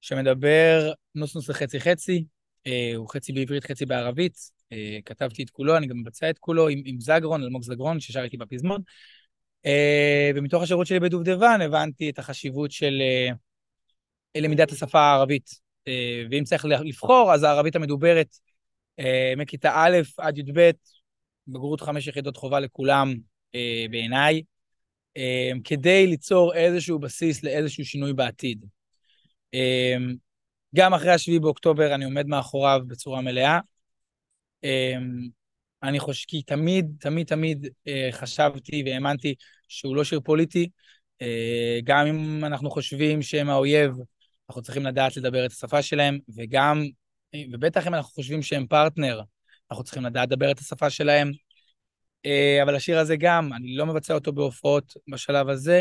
שמדבר נוס וחצי חצי, הוא חצי בעברית, חצי בערבית. כתבתי את כולו, אני גם מבצע את כולו עם זגרון, אלמוג זגרון, ששר איתי בפזמון. ומתוך השירות שלי בדובדבן הבנתי את החשיבות של למידת השפה הערבית. ואם צריך לבחור, אז הערבית המדוברת מכיתה א' עד י"ב, בגרות 5 יחידות חובה לכולם בעיניי, כדי ליצור איזשהו בסיס לאיזשהו שינוי בעתיד. גם אחרי ה7 באוקטובר אני עומד מאחוריו בצורה מלאה. אני חושב, כי תמיד חשבתי והאמנתי שהוא לא שיר פוליטי. גם אם אנחנו חושבים שהם האויב, אנחנו צריכים לדעת לדבר את השפה שלהם, ובטח אם אנחנו חושבים שהם פרטנר, אנחנו צריכים לדעת לדבר את השפה שלהם. אבל השיר הזה גם, אני לא מבצע אותו בהופעות בשלב הזה,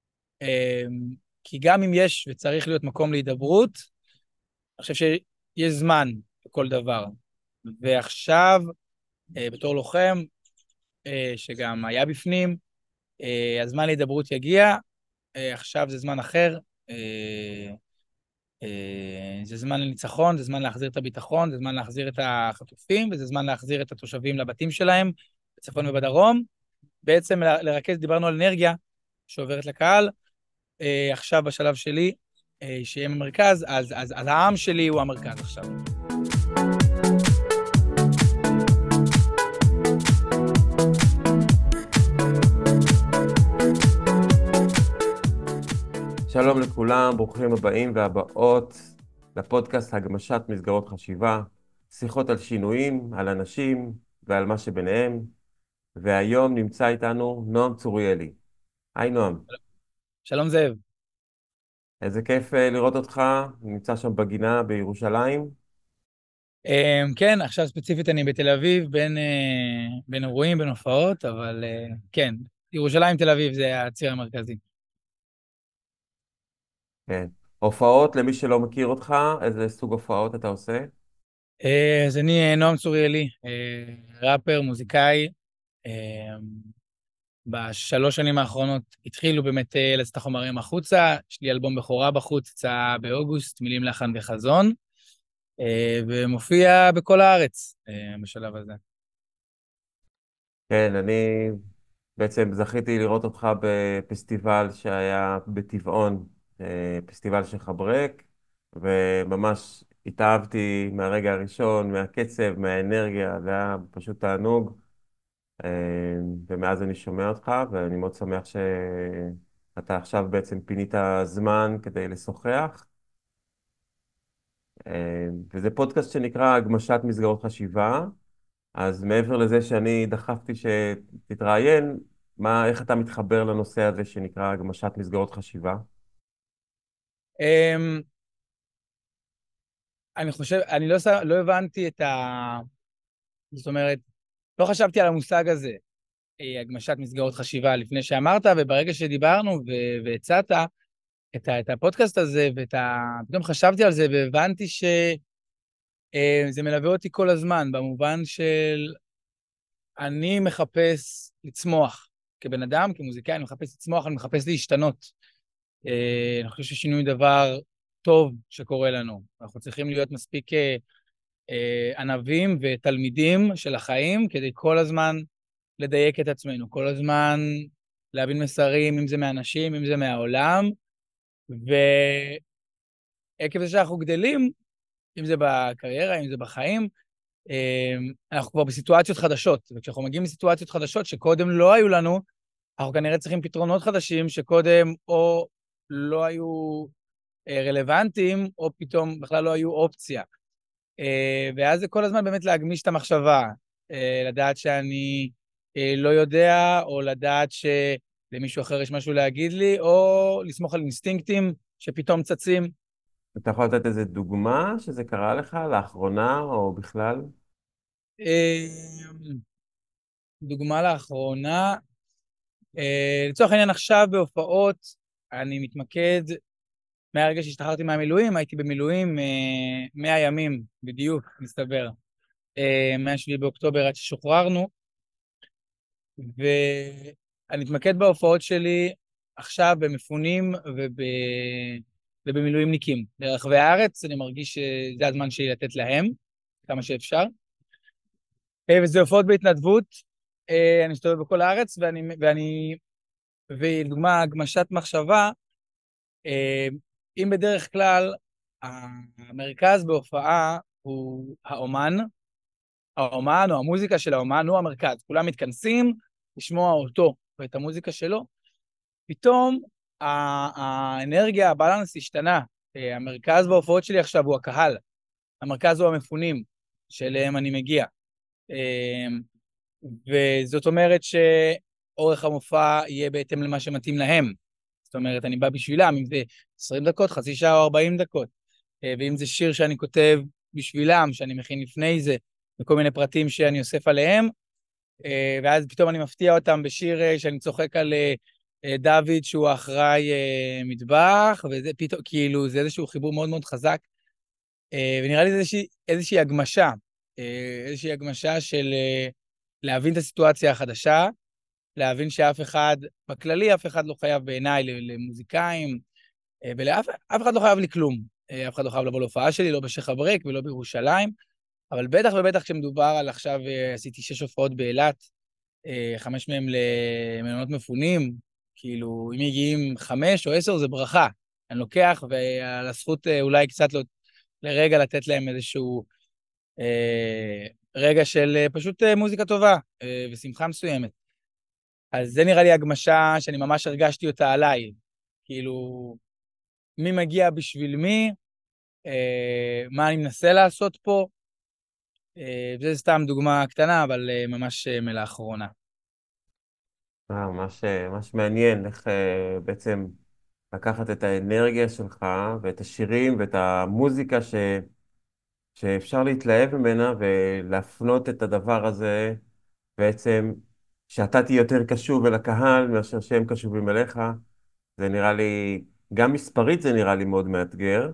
כי גם אם יש וצריך להיות מקום להידברות, אני חושב שיש זמן בכל דבר. ועכשיו, בתור לוחם, שגם היה בפנים, הזמן להידברות יגיע, עכשיו זה זמן אחר, זה זמן לניצחון, זה זמן להחזיר את הביטחון, זה זמן להחזיר את החטופים, וזה זמן להחזיר את התושבים לבתים שלהם, בצפון ובדרום. בעצם לרכז, דיברנו על אנרגיה שעוברת לקהל, עכשיו בשלב שלי, שיהיה במרכז, אז העם שלי הוא המרכז עכשיו. שלום לכולם, ברוכים הבאים והבאות לפודקאסט הגמשת מסגרות חשיבה, שיחות על שינויים, על אנשים ועל מה שביניהם. והיום נמצא איתנו נועם צוריאלי. היי נועם. שלום זאב. איזה כיף לראות אותך, נמצא שם בגינה בירושלים. כן, עכשיו ספציפית אני בתל אביב, בין אירועים, בין הופעות, אבל כן, ירושלים, תל אביב זה הציר המרכזי. כן. הופעות, למי שלא מכיר אותך, איזה סוג הופעות אתה עושה? אז אני נועם צוריאלי, ראפר, מוזיקאי. בשלוש שנים האחרונות התחילו באמת לצאת את החומרים החוצה, יש לי אלבום בכורה בחוץ, יצא באוגוסט, מילים לחן וחזון, ומופיע בכל הארץ בשלב הזה. כן, אני בעצם זכיתי לראות אותך בפסטיבל שהיה בטבעון, פסטיבל של חברק, וממש התאהבתי מהרגע הראשון, מהקצב, מהאנרגיה, זה היה פשוט תענוג. ומאז אני שומע אותך, ואני מאוד שמח שאתה עכשיו בעצם פינית זמן כדי לשוחח. וזה פודקאסט שנקרא הגמשת מסגרות חשיבה. אז מעבר לזה שאני דחפתי שתתראיין, איך אתה מתחבר לנושא הזה שנקרא הגמשת מסגרות חשיבה? אמ, אני חושב, אני לא הבנתי זאת אומרת, לא חשבתי על המושג הזה, הגמשת מסגרות חשיבה, לפני שאמרת, וברגע שדיברנו והצעת את הפודקאסט הזה, פתאום חשבתי על זה והבנתי שזה מלווה אותי כל הזמן, במובן של אני מחפש לצמוח כבן אדם, כמוזיקאי, אני מחפש לצמוח, אני מחפש להשתנות. אני חושב ששינוי דבר טוב שקורה לנו. אנחנו צריכים להיות מספיק ענבים ותלמידים של החיים, כדי כל הזמן לדייק את עצמנו, כל הזמן להבין מסרים, אם זה מאנשים, אם זה מהעולם, ועקב זה שאנחנו גדלים, אם זה בקריירה, אם זה בחיים, אנחנו כבר בסיטואציות חדשות, וכשאנחנו מגיעים לסיטואציות חדשות שקודם לא היו לנו, אנחנו כנראה צריכים פתרונות חדשים שקודם או לא היו רלוונטיים, או פתאום בכלל לא היו אופציה. ואז זה כל הזמן באמת להגמיש את המחשבה, לדעת שאני לא יודע, או לדעת שלמישהו אחר יש משהו להגיד לי, או לסמוך על אינסטינקטים שפתאום צצים. אתה יכול לתת איזה דוגמה שזה קרה לך לאחרונה או בכלל? אה, דוגמה לאחרונה, לצורך העניין עכשיו בהופעות, אני מתמקד, מהרגע שהשתחררתי מהמילואים, הייתי במילואים 100 ימים בדיוק, מסתבר, מה-7 באוקטובר עד ששוחררנו, ואני מתמקד בהופעות שלי עכשיו במפונים ובמילואימניקים ברחבי הארץ. אני מרגיש שזה הזמן שלי לתת להם כמה שאפשר. וזה הופעות בהתנדבות, אני מסתובב בכל הארץ, ולדוגמה, הגמשת מחשבה, אם בדרך כלל המרכז בהופעה הוא האומן או המוזיקה של האומן הוא המרכז, כולם מתכנסים לשמוע אותו ואת המוזיקה שלו, פתאום האנרגיה, הבלנס השתנה. המרכז בהופעות שלי עכשיו הוא הקהל, המרכז הוא המפונים שאליהם אני מגיע. וזאת אומרת שאורך המופע יהיה בהתאם למה שמתאים להם. זאת אומרת, אני בא בשבילם, אם זה 20 דקות, חצי שעה או 40 דקות. ואם זה שיר שאני כותב בשבילם, שאני מכין לפני זה, וכל מיני פרטים שאני אוסף עליהם, ואז פתאום אני מפתיע אותם בשיר שאני צוחק על דוד, שהוא אחראי מטבח, וזה פתאום, כאילו, זה איזשהו חיבור מאוד מאוד חזק. ונראה לי זה איזושהי הגמשה של להבין את הסיטואציה החדשה, להבין שאף אחד, בכללי אף אחד לא חייב בעיניי למוזיקאים, ואף אחד לא חייב לי כלום. אף אחד לא חייב לבוא להופעה שלי, לא בשייח' אבריק ולא בירושלים, אבל בטח ובטח כשמדובר על עכשיו, עשיתי 6 הופעות באילת, 5 מהם למלונות מפונים, כאילו, אם מגיעים 5 או 10 זה ברכה. אני לוקח, ועל הזכות אולי קצת לרגע לתת להם איזשהו רגע של פשוט מוזיקה טובה ושמחה מסוימת. אז זה נראה לי הגמשה שאני ממש הרגשתי אותה עליי. כאילו, מי מגיע בשביל מי, מה אני מנסה לעשות פה, וזה סתם דוגמה קטנה, אבל ממש מלאחרונה. ממש מעניין איך בעצם לקחת את האנרגיה שלך ואת השירים ואת המוזיקה שאפשר להתלהב ממנה ולהפנות את הדבר הזה בעצם שאתה תהיה יותר קשוב אל הקהל מאשר שהם קשובים אליך. זה נראה לי, גם מספרית זה נראה לי מאוד מאתגר.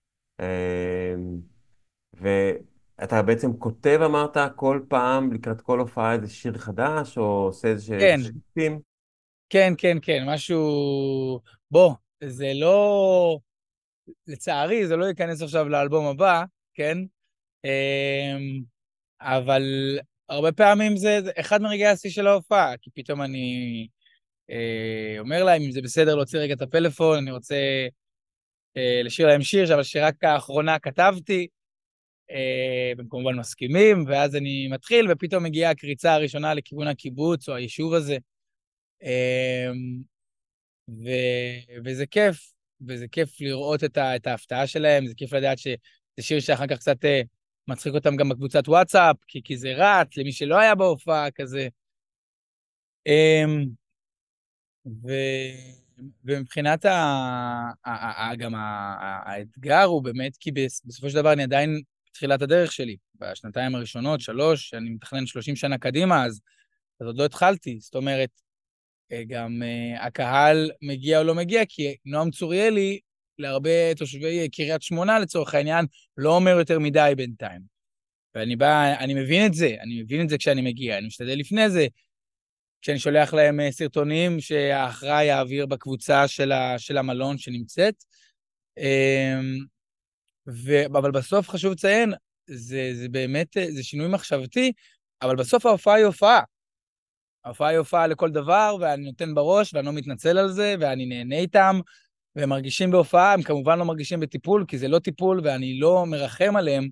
ואתה בעצם כותב, אמרת, כל פעם לקראת כל הופעה איזה שיר חדש, או עושה איזה כן, שיפים? כן, כן, כן, משהו... בוא, זה לא... לצערי, זה לא ייכנס עכשיו לאלבום הבא, כן? אבל הרבה פעמים זה אחד מרגעי השיא של ההופעה, כי פתאום אני אומר להם, אם זה בסדר להוציא רגע את הפלאפון, אני רוצה לשיר להם שיר, אבל שרק האחרונה כתבתי, והם כמובן מסכימים, ואז אני מתחיל, ופתאום מגיעה הקריצה הראשונה לכיוון הקיבוץ או היישוב הזה. וזה כיף, וזה כיף לראות את ההפתעה שלהם, זה כיף לדעת שזה שיר שאחר כך קצת מצחיק אותם גם בקבוצת וואטסאפ, כי זה רץ למי שלא היה בהופעה כזה. ו... ומבחינת גם האתגר הוא באמת, כי בסופו של דבר אני עדיין בתחילת הדרך שלי, בשנתיים הראשונות, 3, אני מתכנן 30 שנה קדימה, אז עוד לא התחלתי. זאת אומרת, גם הקהל מגיע או לא מגיע, כי נועם צוריאלי, להרבה תושבי קריית שמונה לצורך העניין, לא אומר יותר מדי בינתיים. ואני בא, אני מבין את זה כשאני מגיע, אני משתדל לפני זה, כשאני שולח להם סרטונים שהאחראי יעביר בקבוצה של המלון שנמצאת. אבל בסוף חשוב לציין, זה באמת, זה שינוי מחשבתי, אבל בסוף ההופעה היא הופעה. ההופעה היא הופעה לכל דבר, ואני נותן בראש, ואני לא מתנצל על זה, ואני נהנה איתם, והם מרגישים בהופעה, הם כמובן לא מרגישים בטיפול, כי זה לא טיפול, ואני לא מרחם עליהם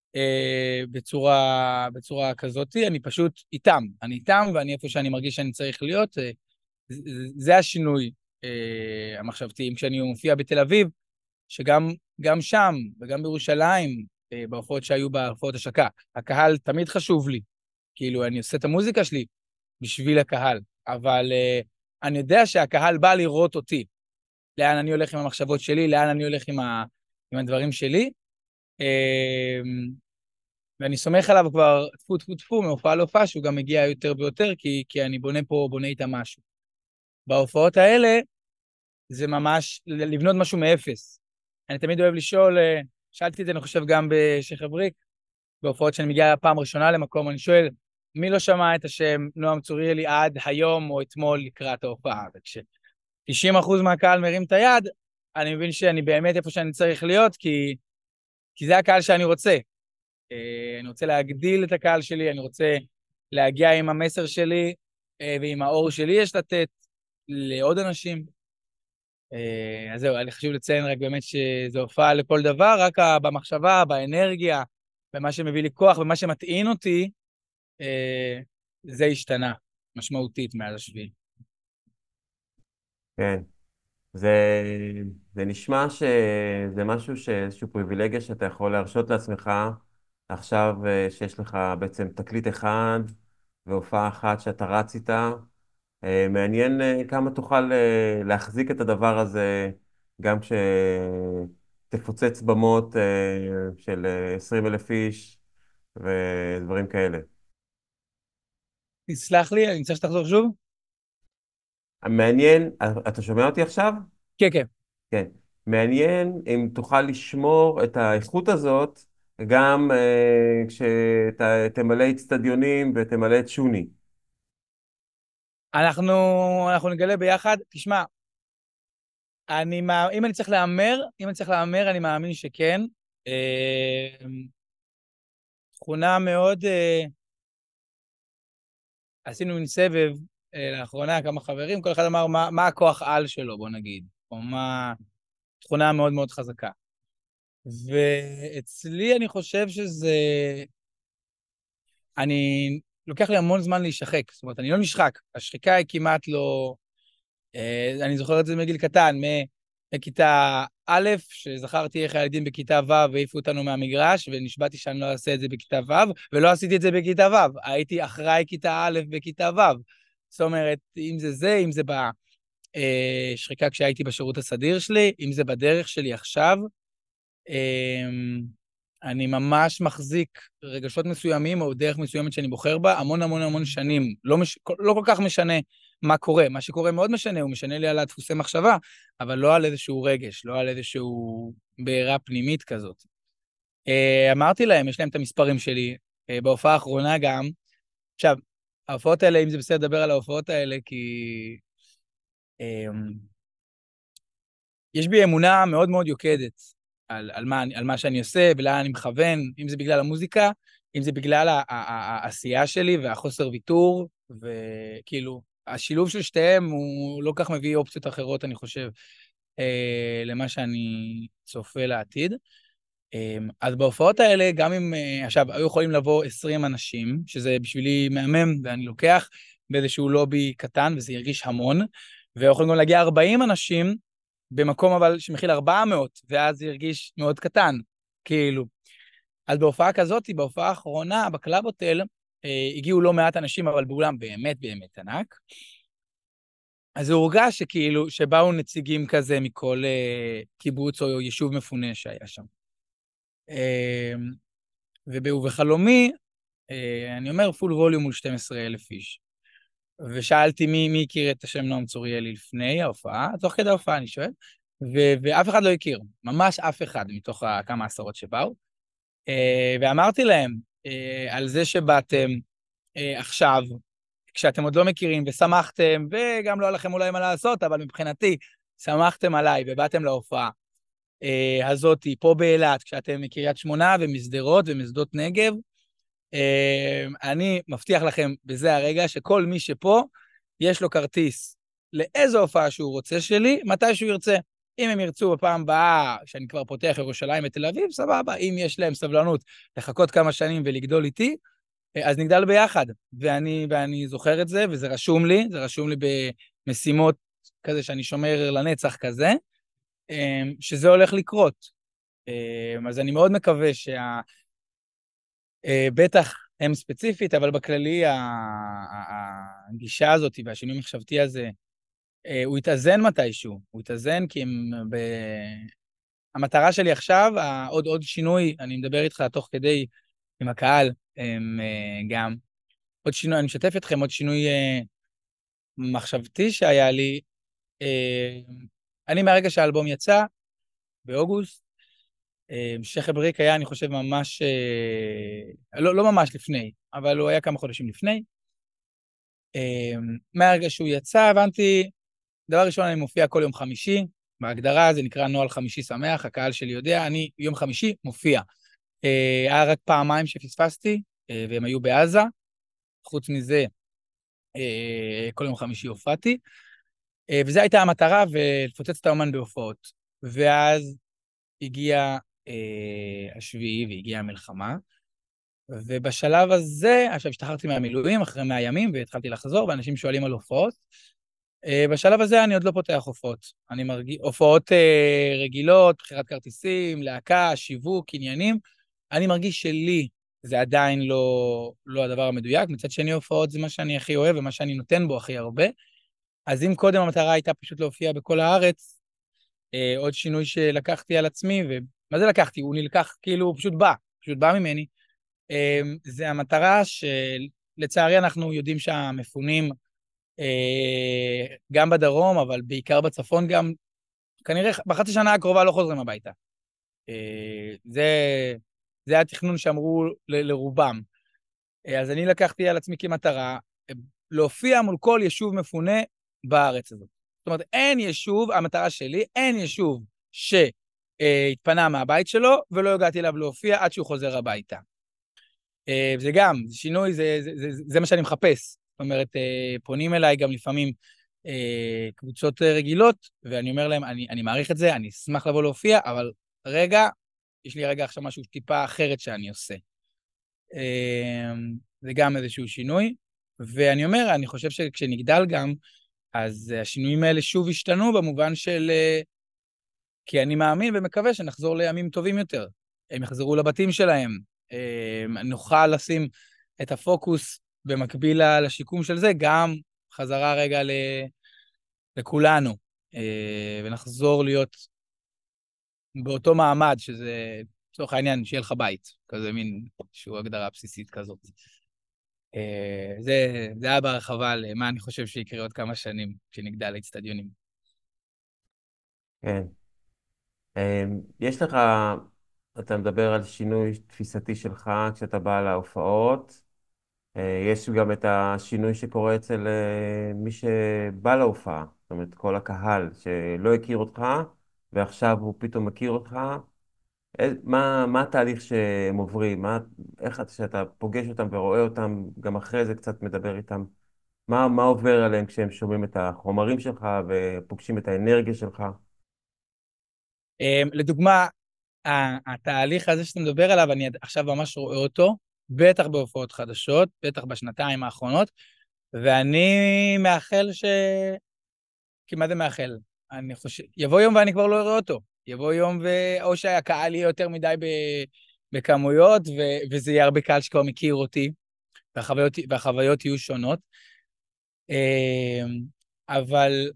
בצורה כזאת, אני פשוט איתם. אני איתם, ואני איפה שאני מרגיש שאני צריך להיות, זה השינוי המחשבתי. כשאני מופיע בתל אביב, שגם שם, וגם בירושלים, בהופעות שהיו בהופעות השקה, הקהל תמיד חשוב לי. כאילו, אני עושה את המוזיקה שלי, בשביל הקהל, אבל אני יודע שהקהל בא לראות אותי, לאן אני הולך עם המחשבות שלי, לאן אני הולך עם הדברים שלי, ואני סומך עליו כבר טפו טפו טפו מהופעה להופעה, שהוא גם מגיע יותר ויותר, כי אני בונה איתה משהו. בהופעות האלה, זה ממש לבנות משהו מאפס. אני תמיד אוהב לשאול, שאלתי את זה, אני חושב גם בשייח' אבריק, בהופעות שאני מגיע פעם ראשונה למקום, אני שואל, מי לא שמע את השם נועם צוריאלי עד היום או אתמול לקראת ההופעה? וכש-90% מהקהל מרים את היד, אני מבין שאני באמת איפה שאני צריך להיות, כי זה הקהל שאני רוצה. אני רוצה להגדיל את הקהל שלי, אני רוצה להגיע עם המסר שלי, ועם האור שלי יש לתת לעוד אנשים. אז זהו, היה לי חשוב לציין רק באמת שזו הופעה לכל דבר, רק במחשבה, באנרגיה, במה שמביא לי כוח, במה שמטעין אותי, זה השתנה משמעותית מאז השביעי. כן. זה, זה נשמע שזה משהו איזשהו פריבילגיה שאתה יכול להרשות לעצמך עכשיו שיש לך בעצם תקליט אחד והופעה אחת שאתה רץ איתה. מעניין כמה תוכל להחזיק את הדבר הזה גם כשתפוצץ במות של 20,000 איש ודברים כאלה. תסלח לי, אני צריך שתחזור שוב? מעניין, אתה שומע אותי עכשיו? כן, כן. כן. מעניין אם תוכל לשמור את האיכות הזאת גם כשתמלא אצטדיונים ותמלא את שוני. אנחנו, אנחנו נגלה ביחד. תשמע, אם אני צריך להמר, אני מאמין שכן. אה, תכונה מאוד, עשינו מין סבב לאחרונה, כמה חברים, כל אחד אמר מה הכוח על שלו, בוא נגיד, או מה תכונה מאוד מאוד חזקה. ואצלי אני חושב שזה, אני, לוקח לי המון זמן להישחק, זאת אומרת, אני לא נשחק, השחיקה היא כמעט לא, אני זוכר את זה מגיל קטן, מכיתה א', שזכרתי איך הילדים בכיתה ו' והעיפו אותנו מהמגרש, ונשבעתי שאני לא אעשה את זה בכיתה ו', ולא עשיתי את זה בכיתה ו', הייתי אחראי כיתה א' בכיתה ו'. זאת אומרת, אם זה זה, אם זה בשחיקה כשהייתי בשירות הסדיר שלי, אם זה בדרך שלי עכשיו, אני ממש מחזיק רגשות מסוימים או דרך מסוימת שאני בוחר בה המון המון המון שנים. לא כל כך משנה מה קורה. מה שקורה מאוד משנה, הוא משנה לי על הדפוסי מחשבה, אבל לא על איזשהו רגש, לא על איזשהו בעירה פנימית כזאת. אמרתי להם, יש להם את המספרים שלי, בהופעה האחרונה גם. עכשיו, ההופעות האלה, אם זה בסדר לדבר על ההופעות האלה, כי יש בי אמונה מאוד מאוד יוקדת על מה שאני עושה ולאן אני מכוון, אם זה בגלל המוזיקה, אם זה בגלל העשייה שלי והחוסר ויתור, וכאילו, השילוב של שתיהם הוא לא כך מביא אופציות אחרות, אני חושב, למה שאני צופה לעתיד. אז בהופעות האלה, גם אם עכשיו היו יכולים לבוא 20 אנשים, שזה בשבילי מהמם, ואני לוקח באיזשהו לובי קטן, וזה ירגיש המון, ויכולים גם להגיע 40 אנשים, במקום אבל שמכיל 400, ואז זה ירגיש מאוד קטן, כאילו. אז בהופעה כזאת, בהופעה האחרונה, בקלאב הוטל, הגיעו לא מעט אנשים, אבל באולם באמת באמת ענק. אז זה הורגש שכאילו, שבאו נציגים כזה מכל קיבוץ או יישוב מפונה שהיה שם. ובחלומי, אני אומר פול ווליום מול 12,000 איש. ושאלתי מי הכיר את השם נועם צוריאלי לפני ההופעה, תוך כדי ההופעה אני שואל, ואף אחד לא הכיר, ממש אף אחד מתוך כמה עשרות שבאו. ואמרתי להם על זה שבאתם עכשיו, כשאתם עוד לא מכירים ושמחתם, וגם לא היה לכם אולי מה לעשות, אבל מבחינתי שמחתם עליי ובאתם להופעה הזאת פה באילת, כשאתם מקריית שמונה ומשדרות ומשדות נגב, אני מבטיח לכם בזה הרגע שכל מי שפה, יש לו כרטיס לאיזו הופעה שהוא רוצה שלי, מתי שהוא ירצה. אם הם ירצו בפעם הבאה, שאני כבר פותח ירושלים ותל אביב, סבבה. אם יש להם סבלנות לחכות כמה שנים ולגדול איתי, אז נגדל ביחד. ואני זוכר את זה, וזה רשום לי, זה רשום לי במשימות כזה שאני שומר לנצח כזה, שזה הולך לקרות. אז אני מאוד מקווה בטח הם ספציפית, אבל בכללי הגישה הזאת והשינוי מחשבתי הזה, הוא יתאזן מתישהו, הוא יתאזן כי המטרה שלי עכשיו, עוד שינוי, אני מדבר איתך תוך כדי עם הקהל, גם עוד שינוי, אני משתף אתכם, עוד שינוי מחשבתי שהיה לי, אני מהרגע שהאלבום יצא, באוגוסט, שייח' אבריק היה, אני חושב, ממש, לא ממש לפני, אבל הוא היה כמה חודשים לפני. מהרגע שהוא יצא, הבנתי, דבר ראשון, אני מופיע כל יום חמישי, בהגדרה זה נקרא נוהל חמישי שמח, הקהל שלי יודע, אני יום חמישי מופיע. היה רק פעמיים שפספסתי, והם היו בעזה. חוץ מזה, כל יום חמישי הופעתי, וזו הייתה המטרה, ולפוצץ את האומן בהופעות. ואז הגיע השביעי והגיעה המלחמה, ובשלב הזה, עכשיו השתחררתי מהמילואים אחרי 100 ימים, והתחלתי לחזור, ואנשים שואלים על הופעות. בשלב הזה אני עוד לא פותח הופעות. אני מרגיש, הופעות רגילות, בחירת כרטיסים, להקה, שיווק, עניינים. אני מרגיש שלי זה עדיין לא הדבר המדויק. מצד שני, הופעות זה מה שאני הכי אוהב, ומה שאני נותן בו הכי הרבה. אז אם קודם המטרה הייתה פשוט להופיע בכל הארץ, עוד שינוי שלקחתי על עצמי, ומה זה לקחתי? הוא נלקח, כאילו, הוא פשוט בא ממני. זה המטרה שלצערי אנחנו יודעים שהמפונים, גם בדרום, אבל בעיקר בצפון גם, כנראה בחצי שנה הקרובה לא חוזרים הביתה. זה התכנון שאמרו לרובם. אז אני לקחתי על עצמי כמטרה, להופיע מול כל יישוב מפונה בארץ הזאת. זאת אומרת, אין יישוב, המטרה שלי, אין יישוב שהתפנה מהבית שלו, ולא הגעתי אליו להופיע עד שהוא חוזר הביתה. זה גם, זה שינוי, זה מה שאני מחפש. זאת אומרת, פונים אליי גם לפעמים קבוצות רגילות, ואני אומר להם, אני מעריך את זה, אני אשמח לבוא להופיע, אבל רגע, יש לי רגע עכשיו משהו טיפה אחרת שאני עושה. זה גם איזשהו שינוי, ואני אומר, אני חושב שכשנגדל גם, אז השינויים האלה שוב השתנו במובן של, כי אני מאמין ומקווה שנחזור לימים טובים יותר. הם יחזרו לבתים שלהם, נוכל לשים את הפוקוס במקביל לשיקום של זה, גם חזרה רגע לכולנו, ונחזור להיות באותו מעמד, שזה, לצורך העניין, שיהיה לך בית, כזה מין, שהוא הגדרה בסיסית כזאת. זה היה בהרחבה למה אני חושב שיקרה עוד כמה שנים, כשנגדל לאצטדיונים. כן. יש לך, אתה מדבר על שינוי תפיסתי שלך כשאתה בא להופעות. יש גם את השינוי שקורה אצל מי שבא להופעה. זאת אומרת, כל הקהל שלא הכיר אותך, ועכשיו הוא פתאום מכיר אותך. מה התהליך שהם עוברים? איך שאתה פוגש אותם ורואה אותם, גם אחרי זה קצת מדבר איתם? מה עובר עליהם כשהם שומעים את החומרים שלך ופוגשים את האנרגיה שלך? לדוגמה, התהליך הזה שאתה מדבר עליו, אני עכשיו ממש רואה אותו, בטח בהופעות חדשות, בטח בשנתיים האחרונות, ואני מאחל כמעט זה מאחל. אני חושב, יבוא יום ואני כבר לא אראה אותו. יבוא יום או שהקהל יהיה יותר מדי בכמויות, וזה יהיה הרבה קהל שכבר מכיר אותי, והחוויות יהיו שונות. אבל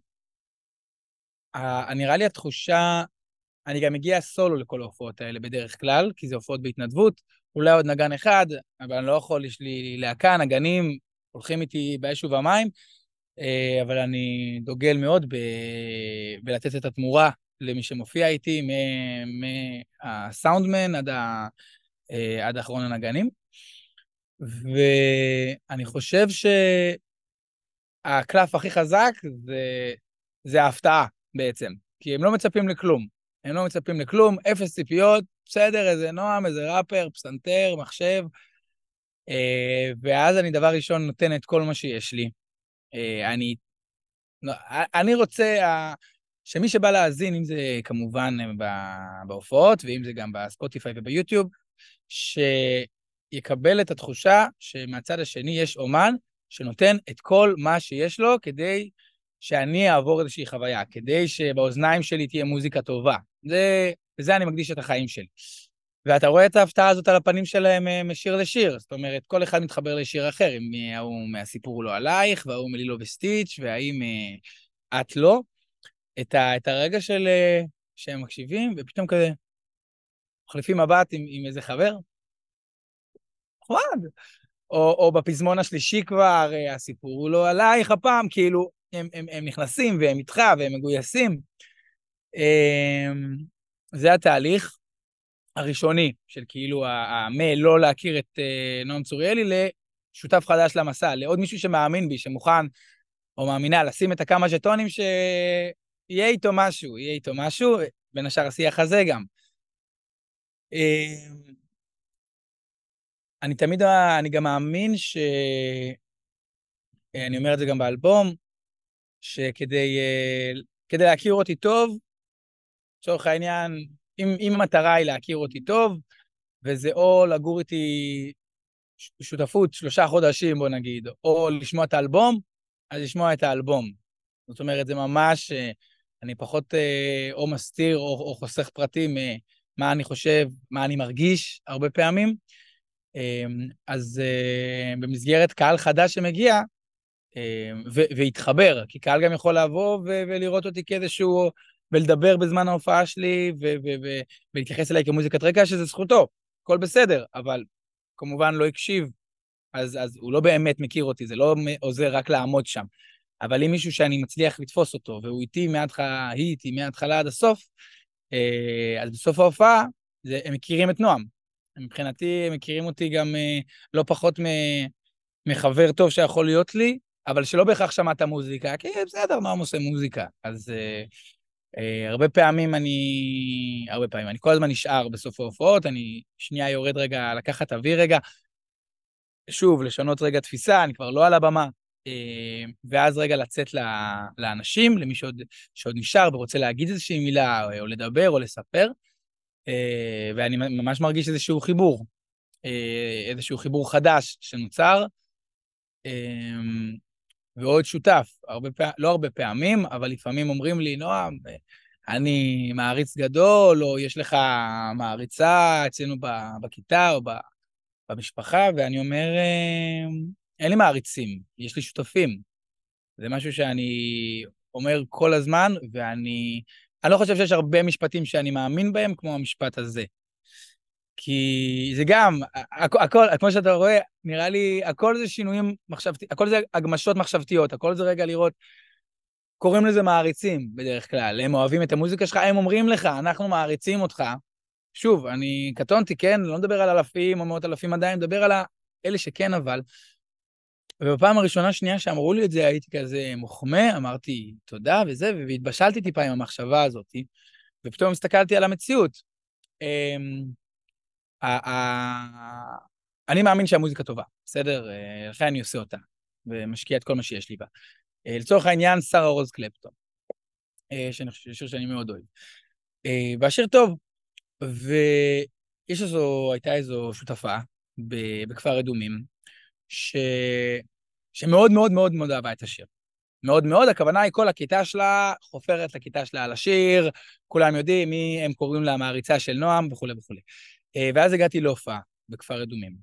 נראה לי התחושה, אני גם מגיע סולו לכל ההופעות האלה בדרך כלל, כי זה הופעות בהתנדבות, אולי עוד נגן אחד, אבל אני לא יכול, יש לי להקה, נגנים, הולכים איתי באש ובמים, אבל אני דוגל מאוד בלתת את התמורה למי שמופיע איתי, מהסאונדמן עד האחרון הנגנים. ואני חושב שהקלף הכי חזק זה ההפתעה בעצם, כי הם לא מצפים לכלום. הם לא מצפים לכלום, אפס ציפיות, בסדר, איזה נועם, איזה ראפר, פסנתר, מחשב, ואז אני דבר ראשון נותן את כל מה שיש לי. אני רוצה שמי שבא להאזין, אם זה כמובן בהופעות, ואם זה גם בספוטיפיי וביוטיוב, שיקבל את התחושה שמהצד השני יש אומן שנותן את כל מה שיש לו כדי שאני אעבור איזושהי חוויה, כדי שבאוזניים שלי תהיה מוזיקה טובה. וזה אני מקדיש את החיים שלי. ואתה רואה את ההפתעה הזאת על הפנים שלהם משיר לשיר, זאת אומרת, כל אחד מתחבר לשיר אחר, אם ההוא מהסיפור לא עלייך, וההוא מלילו וסטיץ', והאם את לא, את הרגע שהם מקשיבים, ופתאום כזה, מחליפים מבט עם איזה חבר, נחמד. או בפזמון השלישי כבר, הסיפור הוא לא עלייך הפעם, כאילו, הם נכנסים והם איתך והם מגויסים. זה התהליך הראשוני של כאילו לא להכיר את נועם צוריאלי לשותף חדש למסע, לעוד מישהו שמאמין בי, שמוכן או מאמינה לשים את הכמה ז'טונים יהיה איתו משהו, יהיה איתו משהו, בין השאר השיח הזה גם. אני תמיד, אני גם מאמין אני אומר את זה גם באלבום, שכדי כדי להכיר אותי טוב, לצורך העניין, אם המטרה היא להכיר אותי טוב, וזה או לגור איתי שותפות 3 חודשים, בוא נגיד, או לשמוע את האלבום, אז לשמוע את האלבום. זאת אומרת, זה ממש, אני פחות או מסתיר או חוסך פרטים מה אני חושב, מה אני מרגיש הרבה פעמים. אז במסגרת קהל חדש שמגיע, והתחבר, כי קהל גם יכול לבוא ולראות אותי כאיזשהו, ולדבר בזמן ההופעה שלי, ולהתייחס אליי כמוזיקת רקע, שזה זכותו, הכל בסדר, אבל כמובן לא הקשיב, אז הוא לא באמת מכיר אותי, זה לא עוזר רק לעמוד שם. אבל אם מישהו שאני מצליח לתפוס אותו, והוא איתי היא איתי מההתחלה עד הסוף, אז בסוף ההופעה, הם מכירים את נועם. מבחינתי, הם מכירים אותי גם לא פחות מחבר טוב שיכול להיות לי, אבל שלא בהכרח שמע את המוזיקה, כי בסדר, נועם עושה מוזיקה. אז הרבה פעמים, אני כל הזמן נשאר בסוף ההופעות, אני שנייה יורד רגע, לקחת אוויר רגע, שוב, לשנות רגע תפיסה, אני כבר לא על הבמה, ואז רגע לצאת לאנשים, למי שעוד נשאר ורוצה להגיד איזושהי מילה, או לדבר או לספר, ואני ממש מרגיש איזשהו חיבור חדש שנוצר, ועוד שותף, לא הרבה פעמים, אבל לפעמים אומרים לי, נועם, אני מעריץ גדול, או יש לך מעריצה אצלנו בכיתה או במשפחה, ואני אומר, אין לי מעריצים, יש לי שותפים. זה משהו שאני אומר כל הזמן, אני לא חושב שיש הרבה משפטים שאני מאמין בהם, כמו המשפט הזה. כי זה גם, הכל, כמו שאתה רואה, נראה לי, הכל זה שינויים מחשבתיים, הכל זה הגמשות מחשבתיות, הכל זה רגע לראות, קוראים לזה מעריצים בדרך כלל, הם אוהבים את המוזיקה שלך, הם אומרים לך, אנחנו מעריצים אותך. שוב, אני קטונתי, כן, לא מדבר על אלפים או מאות אלפים עדיין, מדבר על אלה שכן, אבל. ובפעם הראשונה, שנייה שאמרו לי את זה, הייתי כזה מוחמא, אמרתי תודה וזה, והתבשלתי טיפה עם המחשבה הזאת, ופתאום הסתכלתי על המציאות. אני מאמין שהמוזיקה טובה, בסדר? לכן אני עושה אותה, ומשקיע את כל מה שיש לי בה. לצורך העניין, שרה רוז קלפטון, שיר שאני מאוד אוהב. והשיר טוב, הייתה איזו שותפה בכפר אדומים, שמאוד מאוד מאוד מאוד אהבה את השיר. מאוד מאוד, הכוונה היא כל הכיתה שלה, חופרת לכיתה שלה על השיר, כולם יודעים מי הם קוראים לה מעריצה של נועם וכו' וכו'. ואז הגעתי להופעה בכפר אדומים,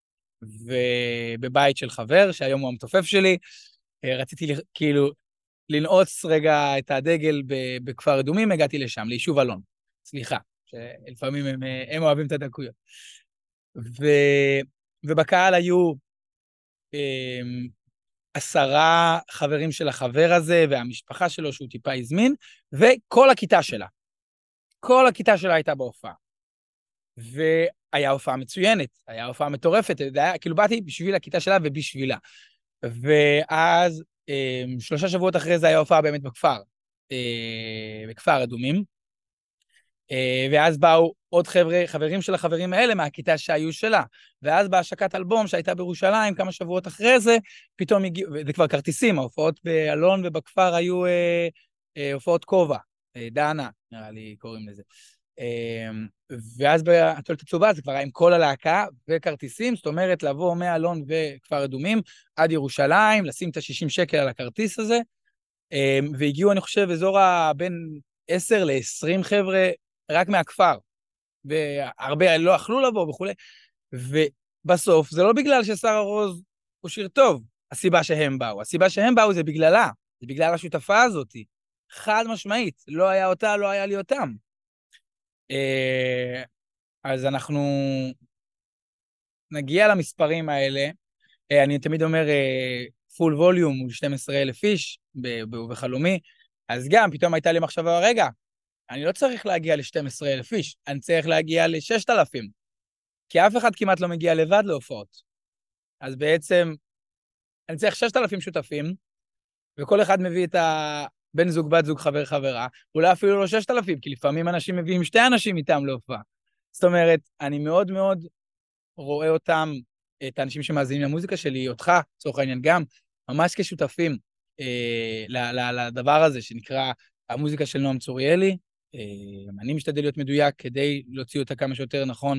ובבית של חבר, שהיום הוא המתופף שלי, רציתי כאילו לנעוץ רגע את הדגל בכפר אדומים, הגעתי לשם, ליישוב אלון. סליחה, שלפעמים הם אוהבים את הדקויות. ובקהל היו 10 חברים של החבר הזה, והמשפחה שלו שהוא טיפה הזמין, וכל הכיתה שלה. כל הכיתה שלה הייתה בהופעה. והיה הופעה מצוינת, היה הופעה מטורפת, כאילו באתי בשביל הכיתה שלה ובשבילה. ואז 3 שבועות אחרי זה היה הופעה באמת בכפר אדומים, ואז באו עוד חברים של החברים האלה מהכיתה שהיו שלה, ואז בהשקת אלבום שהייתה בירושלים כמה שבועות אחרי זה, פתאום הגיעו, זה כבר כרטיסים, ההופעות באלון ובכפר היו הופעות כובע, דנה, נראה לי קוראים לזה. ואז בתולת הצהובה זה כבר היה עם כל הלהקה וכרטיסים, זאת אומרת לבוא מאלון וכפר אדומים עד ירושלים, לשים את ה-60 שקל על הכרטיס הזה, והגיעו אני חושב אזור בין 10 ל-20 חבר'ה רק מהכפר, והרבה לא אכלו לבוא וכו'. ובסוף זה לא בגלל ששרה רוז הוא שיר טוב, הסיבה שהם באו זה בגללה, זה בגלל השותפה הזאת, חד משמעית, לא היה אותה, לא היה לי אותם. אז אנחנו נגיע למספרים האלה, אני תמיד אומר פול ווליום הוא 12,000 איש בחלומי, אז גם פתאום הייתה לי מחשבה, רגע, אני לא צריך להגיע ל-12,000 איש, אני צריך להגיע ל-6,000, כי אף אחד כמעט לא מגיע לבד להופעות. אז בעצם אני צריך 6,000 שותפים, וכל אחד מביא בן זוג, בת זוג, חבר, חברה, אולי אפילו לא 6,000, כי לפעמים אנשים מביאים 2 אנשים איתם להופעה. זאת אומרת, אני מאוד מאוד רואה אותם, את האנשים שמאזינים למוזיקה שלי, אותך, לצורך העניין גם, ממש כשותפים לדבר הזה שנקרא המוזיקה של נועם צוריאלי. אני משתדל להיות מדויק כדי להוציא אותה כמה שיותר נכון.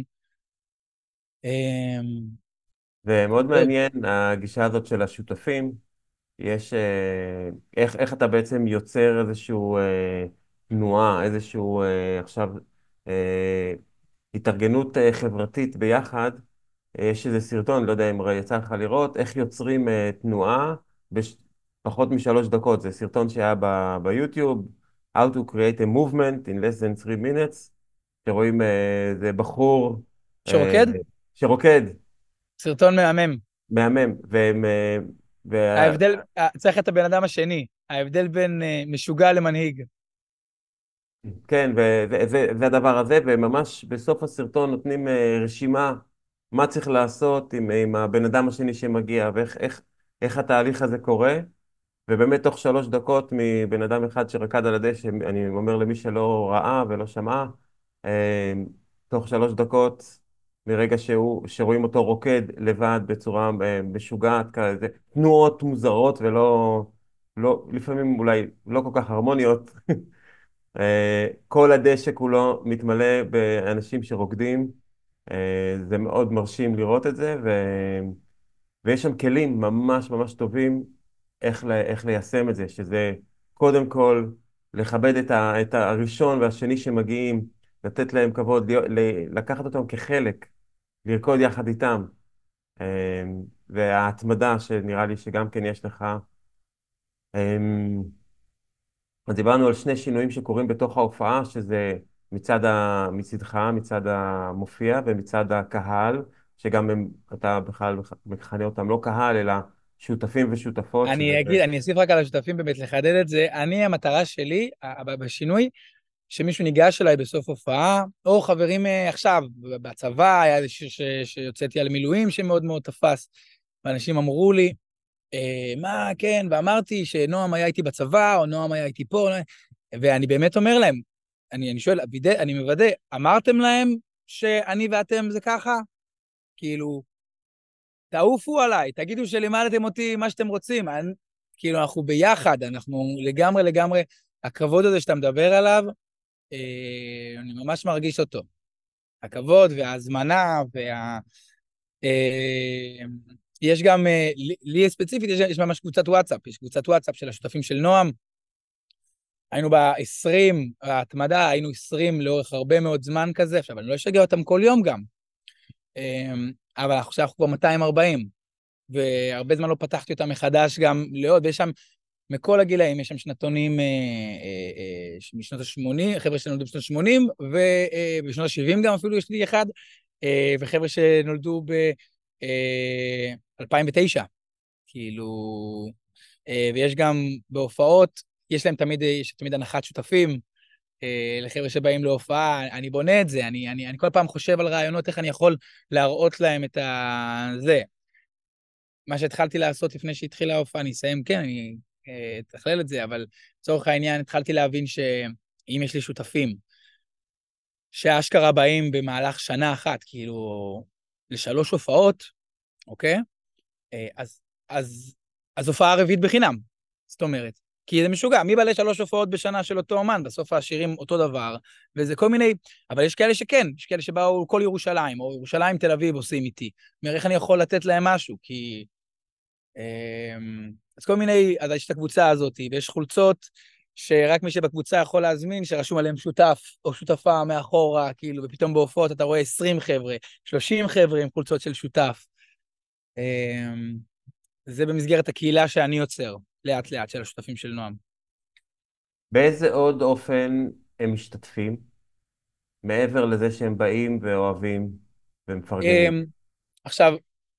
ומאוד מעניין הגישה הזאת של השותפים. יש, איך אתה בעצם יוצר איזשהו תנועה, איזשהו עכשיו אה, התארגנות חברתית ביחד. יש איזה סרטון, לא יודע אם יצא לך לראות, איך יוצרים תנועה בפחות מ3 דקות. זה סרטון שהיה ביוטיוב, How to create a movement in less than 3 minutes, שרואים זה בחור אה, שרוקד? שרוקד, סרטון מהמם. מהמם, והם, ההבדל, צריך את הבן אדם השני, ההבדל בין משוגע למנהיג. כן, וזה הדבר הזה, וממש בסוף הסרטון נותנים רשימה מה צריך לעשות עם הבן אדם השני שמגיע, איך התהליך הזה קורה, ובאמת תוך 3 דקות מבן אדם אחד שרקד על הדשא, אני אומר למי שלא ראה ולא שמע, תוך 3 דקות מרגע שרואים אותו רוקד לבד בצורה משוגעת, כזה, תנועות מוזרות לפעמים אולי לא כל כך הרמוניות, כל הדשא כולו מתמלא באנשים שרוקדים. זה מאוד מרשים לראות את זה, ויש שם כלים ממש ממש טובים איך ליישם את זה, שזה קודם כל לכבד את הראשון והשני שמגיעים, לתת להם כבוד, לקחת אותם כחלק, לרקוד יחד איתם. אה, וההתמדה שנראה לי שגם כן יש לך. אז דיברנו על 2 שינויים שקורים בתוך ההופעה, שזה מצדך, מצד המופיע ומצד הקהל, שגם אתה בכלל מכנה אותם לא קהל, אלא שותפים ושותפות, שזה... אני אוסיף רק על השותפים באמת לחדד את זה. המטרה שלי, בשינוי, שמישהו ניגש אליי בסוף הופעה, או חברים עכשיו, בצבא, היה איזה שיר שיוצאתי על מילואים שמאוד מאוד תפס, ואנשים אמרו לי, מה, כן, ואמרתי שנועם היה איתי בצבא, או נועם היה איתי פה, ואני באמת אומר להם, אני שואל, אני מוודא, אמרתם להם שאני ואתם זה ככה? כאילו, תעופו עליי, תגידו שלימדתם אותי מה שאתם רוצים. כאילו, אנחנו ביחד, אנחנו לגמרי, לגמרי, הכבוד הזה שאתה מדבר עליו, אני ממש מרגיש אותו. הכבוד וההזמנה יש גם, לי ספציפית, יש ממש קבוצת וואטסאפ, יש קבוצת וואטסאפ של השותפים של נועם. היינו ב-20, ההתמדה, היינו 20 לאורך הרבה מאוד זמן כזה, עכשיו אני לא אשגע אותם כל יום גם, אבל עכשיו אנחנו כבר 240, והרבה זמן לא פתחתי אותם מחדש גם לעוד, ויש שם מכל הגילאים, יש שם שנתונים משנות ה-80, חבר'ה שנולדו בשנות ה-80, ובשנות ה-70 גם אפילו יש לי אחד, וחבר'ה שנולדו ב-2009, כאילו, ויש גם בהופעות, יש תמיד הנחת שותפים, לחבר'ה שבאים להופעה, אני בונה את זה, אני כל פעם חושב על רעיונות, איך אני יכול להראות להם את זה. מה שהתחלתי לעשות לפני שהתחילה ההופעה, אני אסיים, כן, אני אתכלל את זה, אבל לצורך העניין התחלתי להבין שאם יש לי שותפים, שאשכרה באים במהלך שנה אחת, כאילו, ל3 הופעות, אוקיי? אז הופעה רביעית בחינם, זאת אומרת. כי זה משוגע, מי בעלי 3 הופעות בשנה של אותו אומן, בסוף השירים אותו דבר, וזה כל מיני, אבל יש כאלה שכן, יש כאלה שבאו כל ירושלים, או ירושלים תל אביב עושים איתי. אומר, איך אני יכול לתת להם משהו? כי... אז כל מיני, אז יש את הקבוצה הזאת, ויש חולצות שרק מי שבקבוצה יכול להזמין, שרשום עליהם שותף או שותפה מאחורה, כאילו, ופתאום בהופעות אתה רואה 20 חבר'ה, 30 חבר'ה עם חולצות של שותף. זה במסגרת הקהילה שאני יוצר, לאט לאט, של השותפים של נועם. באיזה עוד אופן הם משתתפים, מעבר לזה שהם באים ואוהבים ומפרגנים? עכשיו,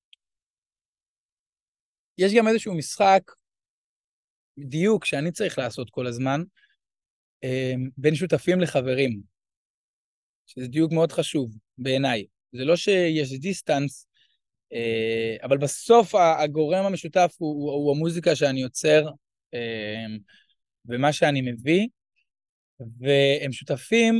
יש גם איזשהו משחק, דיוק שאני צריך לעשות כל הזמן, בין שותפים לחברים, שזה דיוק מאוד חשוב בעיניי. זה לא שיש דיסטנס, אבל בסוף הגורם המשותף הוא המוזיקה שאני יוצר, ומה שאני מביא, והם שותפים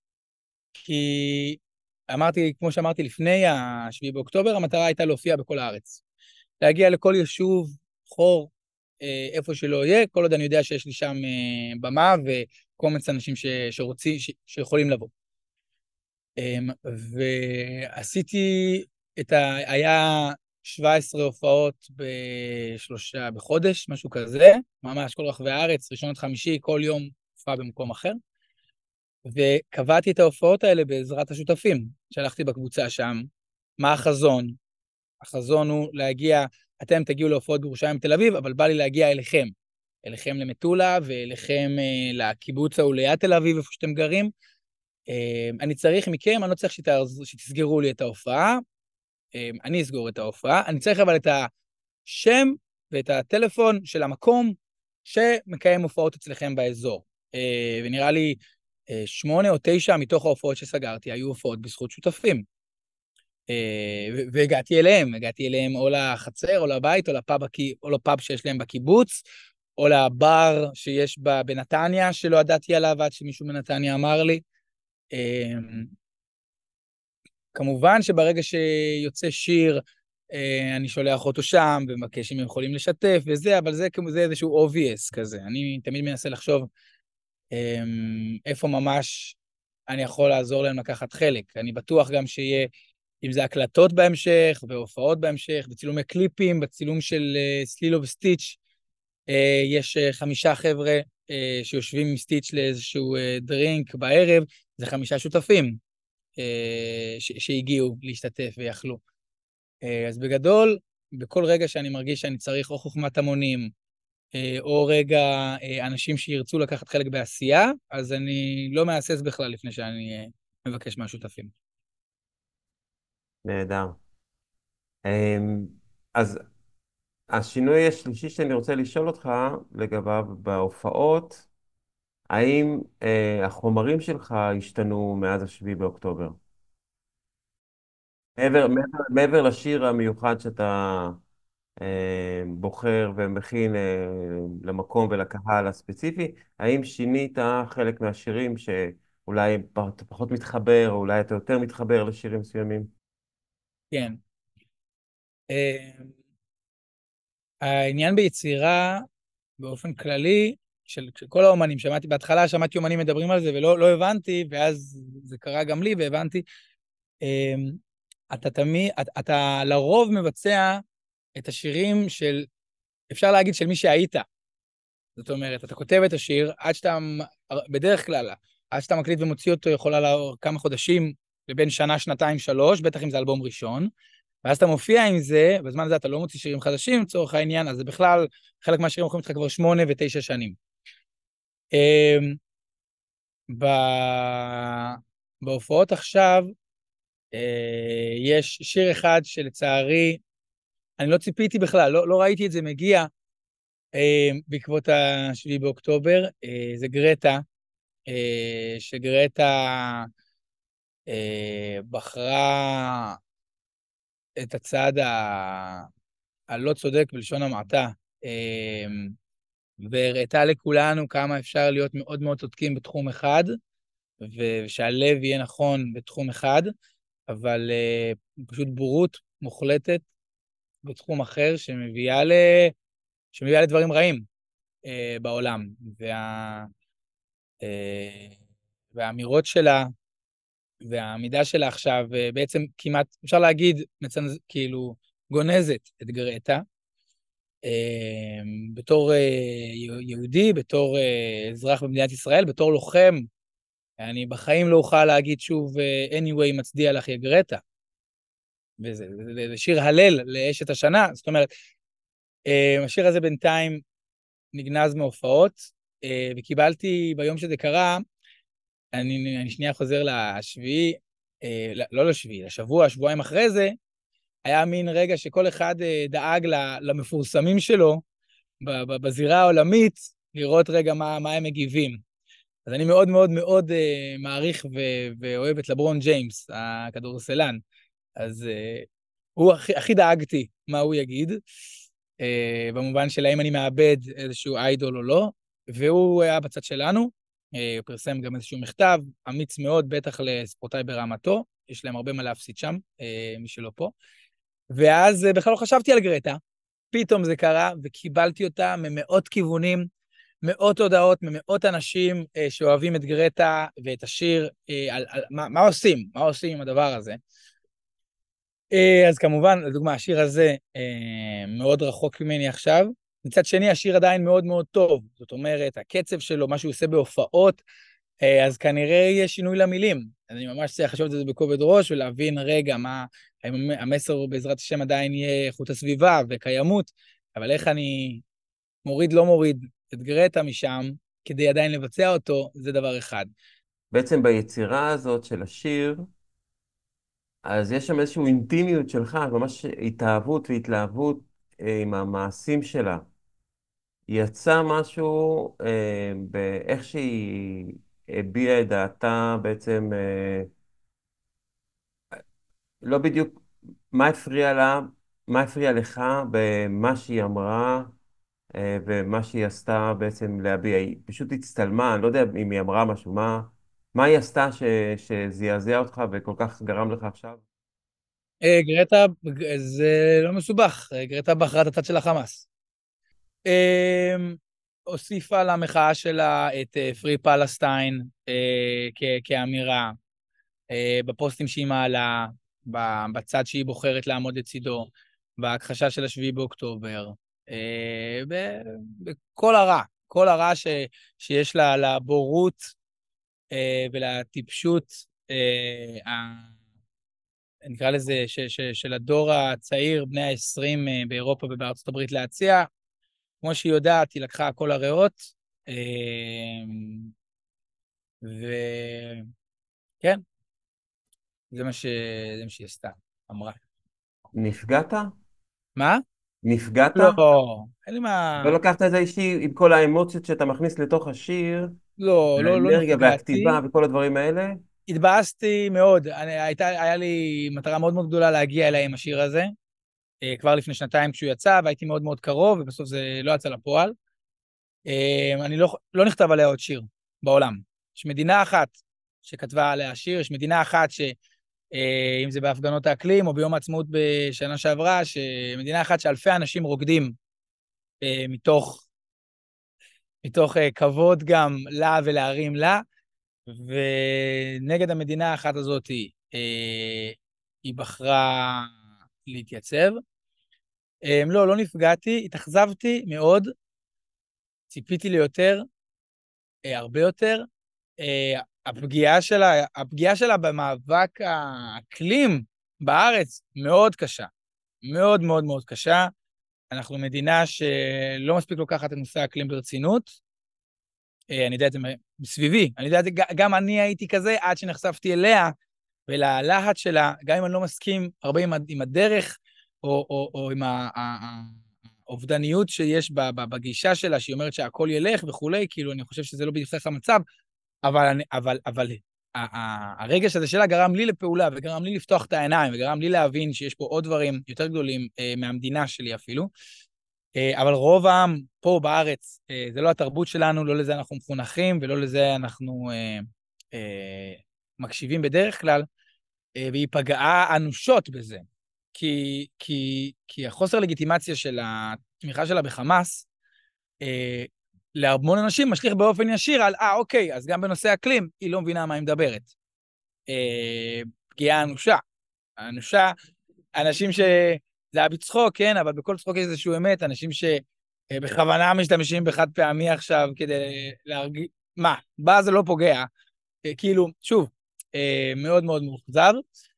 כי אמרתי, כמו שאמרתי לפני ה-7 באוקטובר, המטרה הייתה להופיע בכל הארץ. להגיע לכל יישוב, חור, איפה שלא יהיה, כל עוד אני יודע שיש לי שם במה וקומץ אנשים שרוצים, שיכולים לבוא. ועשיתי היה 17 הופעות בחודש, משהו כזה, ממש כל רחבי הארץ, ראשון עד חמישי, כל יום הופעה במקום אחר. וקבעתי את ההופעות האלה בעזרת השותפים. שלחתי בקבוצה שם, מה החזון? החזון הוא להגיע, אתם תגיעו להופעות בירושלים תל אביב, אבל בא לי להגיע אליכם. אליכם למטולה ואליכם לקיבוץ או ליד תל אביב, איפה שאתם גרים. אני צריך מכם, אני לא צריך שתסגרו לי את ההופעה, אני אסגור את ההופעה, אני צריך אבל את השם ואת הטלפון של המקום שמקיים הופעות אצלכם באזור. ונראה לי 8 או 9 מתוך ההופעות שסגרתי היו הופעות בזכות שותפים. והגעתי אליהם או לחצר או לבית או לפאב שיש להם בקיבוץ, או לבר שיש בנתניה שלא ידעתי עליו עד שמישהו בנתניה אמר לי. כמובן שברגע שיוצא שיר, אני שולח אותו שם ומבקש אם הם יכולים לשתף וזה, אבל זה איזשהו obvious כזה. אני תמיד מנסה לחשוב איפה ממש אני יכול לעזור להם לקחת חלק. אני בטוח גם שיהיה, אם זה הקלטות בהמשך, והופעות בהמשך, בצילומי קליפים, בצילום של סלילו וסטיץ', יש 5 חבר'ה שיושבים עם סטיץ' לאיזשהו דרינק בערב, זה 5 שותפים שהגיעו להשתתף ויכלו. אז בגדול, בכל רגע שאני מרגיש שאני צריך או חוכמת המונים, או רגע אנשים שירצו לקחת חלק בעשייה, אז אני לא מהסס בכלל לפני שאני מבקש מהשותפים. נהדר. אז השינוי השלישי שאני רוצה לשאול אותך לגביו בהופעות, האם החומרים שלך השתנו מאז ה-7 באוקטובר? מעבר לשיר המיוחד שאתה בוחר ומכין למקום ולקהל הספציפי, האם שינית חלק מהשירים שאולי אתה פחות מתחבר, או אולי אתה יותר מתחבר לשירים מסוימים? כן. העניין ביצירה, באופן כללי, של כל האומנים, שמעתי אומנים מדברים על זה ולא הבנתי, ואז זה קרה גם לי והבנתי, אתה לרוב מבצע את השירים של, אפשר להגיד של מי שהיית. זאת אומרת, אתה כותב את השיר, בדרך כלל, עד שאתה מקליט ומוציא אותו, יכולה לעבור כמה חודשים, לבין שנה, שנתיים, 3, בטח אם זה אלבום ראשון, ואז אתה מופיע עם זה, בזמן הזה אתה לא מוציא שירים חדשים, לצורך העניין, אז זה בכלל, חלק מהשירים יכולים איתך כבר 8 ו9 שנים. בהופעות עכשיו, יש שיר אחד שלצערי, אני לא ציפיתי בכלל, לא ראיתי את זה מגיע בעקבות ה-7 באוקטובר, זה גרטה, שגרטה בחרה את הצד הלא צודק בלשון המעטה, והראתה לכולנו כמה אפשר להיות מאוד מאוד צודקים בתחום אחד, ושהלב יהיה נכון בתחום אחד, אבל פשוט בורות מוחלטת בתחום אחר שמביאה לדברים רעים בעולם. והאמירות שלה והעמידה שלה עכשיו בעצם כמעט, אפשר להגיד, כאילו גונזת את גרטה, בתור יהודי, בתור אזרח במדינת ישראל, בתור לוחם, אני בחיים לא אוכל להגיד שוב, anyway, מצדיע לך יא גרטה. וזה שיר הלל לאשת השנה, זאת אומרת, השיר הזה בינתיים נגנז מהופעות, וקיבלתי ביום שזה קרה, אני שנייה חוזר לשביעי, לא לשביעי, לשבוע, שבועיים אחרי זה, היה מין רגע שכל אחד דאג למפורסמים שלו בזירה העולמית, לראות רגע מה הם מגיבים. אז אני מאוד מאוד מאוד מעריך ואוהב את לברון ג'יימס, הכדורסלן. אז הוא הכי דאגתי מה הוא יגיד, במובן של האם אני מאבד איזשהו איידול או לא. והוא היה בצד שלנו, הוא פרסם גם איזשהו מכתב, אמיץ מאוד, בטח לספורטאי ברמתו, יש להם הרבה מה להפסיד שם, מי שלא פה. ואז בכלל לא חשבתי על גרטה, פתאום זה קרה, וקיבלתי אותה ממאות כיוונים, מאות הודעות, ממאות אנשים שאוהבים את גרטה ואת השיר, על מה עושים, מה עושים עם הדבר הזה. אז כמובן, לדוגמה, השיר הזה מאוד רחוק ממני עכשיו. מצד שני, השיר עדיין מאוד מאוד טוב. זאת אומרת, הקצב שלו, מה שהוא עושה בהופעות, אז כנראה יהיה שינוי למילים. אני ממש צריך לחשוב את זה בכובד ראש ולהבין, רגע, מה, האם המסר בעזרת השם עדיין יהיה איכות הסביבה וקיימות, אבל איך אני מוריד, לא מוריד את גרטה משם, כדי עדיין לבצע אותו, זה דבר אחד. בעצם ביצירה הזאת של השיר, אז יש שם איזושהי אינטימיות שלך, ממש התאהבות והתלהבות עם המעשים שלה. יצא משהו באיך שהיא הביעה את דעתה בעצם, לא בדיוק מה הפריע לה, מה הפריע לך במה שהיא אמרה ומה שהיא עשתה בעצם להביע. היא פשוט הצטלמה, אני לא יודע אם היא אמרה משהו, מה היא עשתה שזעזע אותך וכל כך גרם לך עכשיו? גרטה, זה לא מסובך, גרטה בחרה את הצד של החמאס. הוסיפה למחאה שלה את פרי פלסטיין כאמירה, בפוסטים שהיא מעלה, בצד שהיא בוחרת לעמוד לצידו, בהכחשה של השביעי באוקטובר, בכל הרע, כל הרע שיש לה לבורות ולטיפשות, נקרא לזה, של הדור הצעיר, בני ה-20 באירופה ובארצות הברית להציע. כמו שהיא יודעת, היא לקחה הכל הריאות, וכן, זה מה שהיא עשתה, אמרה. נפגעת? מה? נפגעת? לא, אין לי מה... לא לקחת את זה אישי עם כל האמוציות שאתה מכניס לתוך השיר, לא והאנרגיה נפגעתי. והכתיבה וכל הדברים האלה? התבאסתי מאוד, היה לי מטרה מאוד מאוד גדולה להגיע אליי עם השיר הזה, כבר לפני שנתיים כשהוא יצא, והייתי מאוד מאוד קרוב, ובסוף זה לא יצא לפועל. אני לא נכתב עליה עוד שיר בעולם. יש מדינה אחת שכתבה עליה שיר, יש מדינה אחת אם זה בהפגנות האקלים או ביום העצמאות בשנה שעברה, מדינה אחת שאלפי אנשים רוקדים מתוך כבוד גם לה ולהרים לה, ונגד המדינה האחת הזאת היא בחרה להתייצב. לא נפגעתי, התאכזבתי מאוד, ציפיתי ליותר, הרבה יותר. הפגיעה שלה במאבק האקלים בארץ מאוד קשה, מאוד מאוד מאוד קשה. אנחנו מדינה שלא מספיק לוקחת את נושא האקלים ברצינות. אני יודע את זה מסביבי, אני יודע את זה, גם אני הייתי כזה עד שנחשפתי אליה ולהלהט שלה, גם אם אני לא מסכים הרבה עם הדרך או עם האובדניות שיש בגישה שלה, שהיא אומרת שהכל ילך וכולי, כאילו אני חושב שזה לא בדיוק המצב, אבל הרגש הזה שלה גרם לי לפעולה, וגרם לי לפתוח את העיניים, וגרם לי להבין שיש פה עוד דברים יותר גדולים מהמדינה שלי אפילו. אבל רוב העם פה בארץ, זה לא התרבות שלנו, לא לזה אנחנו מחונכים, ולא לזה אנחנו מקשיבים בדרך כלל, והיא פגעה אנושות בזה. כי החוסר לגיטימציה של התמיכה שלה בחמאס, להרמון אנשים משליך באופן ישיר על, אוקיי, אז גם בנושא אקלים, היא לא מבינה מה היא מדברת. פגיעה אנושה. אנושה, אנשים זה היה בצחוק, כן, אבל בכל צחוק יש איזשהו אמת, אנשים שבכוונה משתמשים בחד פעמי עכשיו כדי להרגיש, בה זה לא פוגע. כאילו, שוב, מאוד מאוד מאוכזב.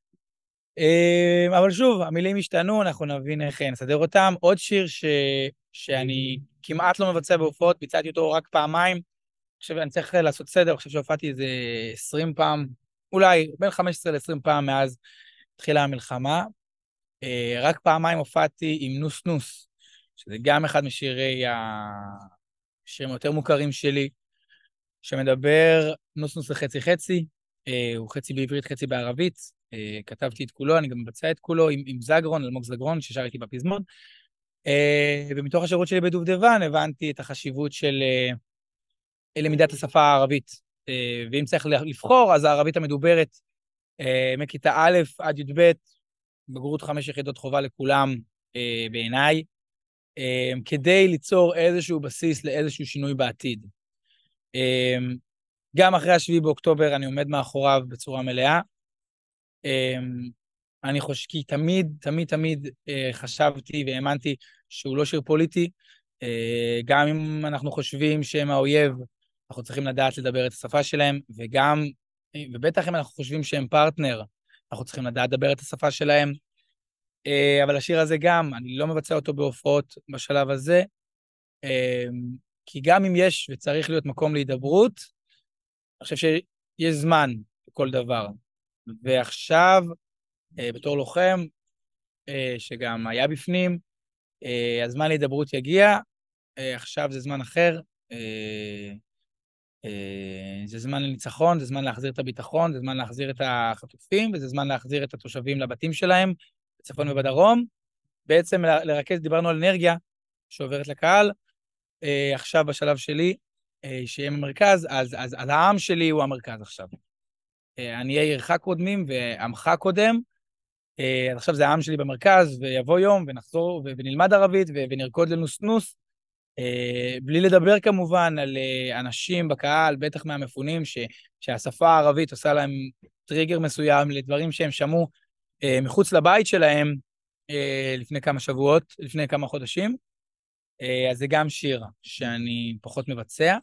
אבל שוב, המילים השתנו, אנחנו נבין איך נסדר אותם. עוד שיר שאני כמעט לא מבצע בהופעות, ביצעתי אותו רק פעמיים. עכשיו אני צריך לעשות סדר, אני חושב שהופעתי איזה 20 פעם, אולי בין 15 ל-20 פעם מאז התחילה המלחמה. רק פעמיים הופעתי עם נוס נוס, שזה גם אחד משירים היותר מוכרים שלי, שמדבר, נוס נוס זה חצי חצי, הוא חצי בעברית, חצי בערבית, כתבתי את כולו, אני גם מבצע את כולו עם זגרון, אלמוג זגרון, ששר איתי בפזמון, ומתוך השירות שלי בדובדבן הבנתי את החשיבות של למידת השפה הערבית. ואם צריך לבחור, אז הערבית המדוברת מכיתה א' עד י"ב, בגרות 5 יחידות חובה לכולם בעיניי, כדי ליצור איזשהו בסיס לאיזשהו שינוי בעתיד. גם אחרי 7 באוקטובר אני עומד מאחוריו בצורה מלאה. אני חושב כי תמיד חשבתי והאמנתי שהוא לא שיר פוליטי. גם אם אנחנו חושבים שהם האויב, אנחנו צריכים לדעת לדבר את השפה שלהם, ובטח אם אנחנו חושבים שהם פרטנר, אנחנו צריכים לדעת לדבר את השפה שלהם. אבל השיר הזה גם, אני לא מבצע אותו בהופעות בשלב הזה, כי גם אם יש וצריך להיות מקום להידברות, אני חושב שיש זמן בכל דבר. ועכשיו, בתור לוחם, שגם היה בפנים, הזמן להידברות יגיע, עכשיו זה זמן אחר, זה זמן לניצחון, זה זמן להחזיר את הביטחון, זה זמן להחזיר את החטופים, וזה זמן להחזיר את התושבים לבתים שלהם, בצפון ובדרום. בעצם לרכז, דיברנו על אנרגיה שעוברת לקהל, עכשיו בשלב שלי, שיהיה במרכז, אז העם שלי הוא המרכז עכשיו. אני אהיה עירך קודמים ועמך קודם, אז עכשיו זה העם שלי במרכז, ויבוא יום ונחזור ונלמד ערבית ונרקוד לנוס-נוס, בלי לדבר כמובן על אנשים בקהל, בטח מהמפונים, שהשפה הערבית עושה להם טריגר מסוים לדברים שהם שמעו מחוץ לבית שלהם לפני כמה שבועות, לפני כמה חודשים. אז זה גם שיר שאני פחות מבצע.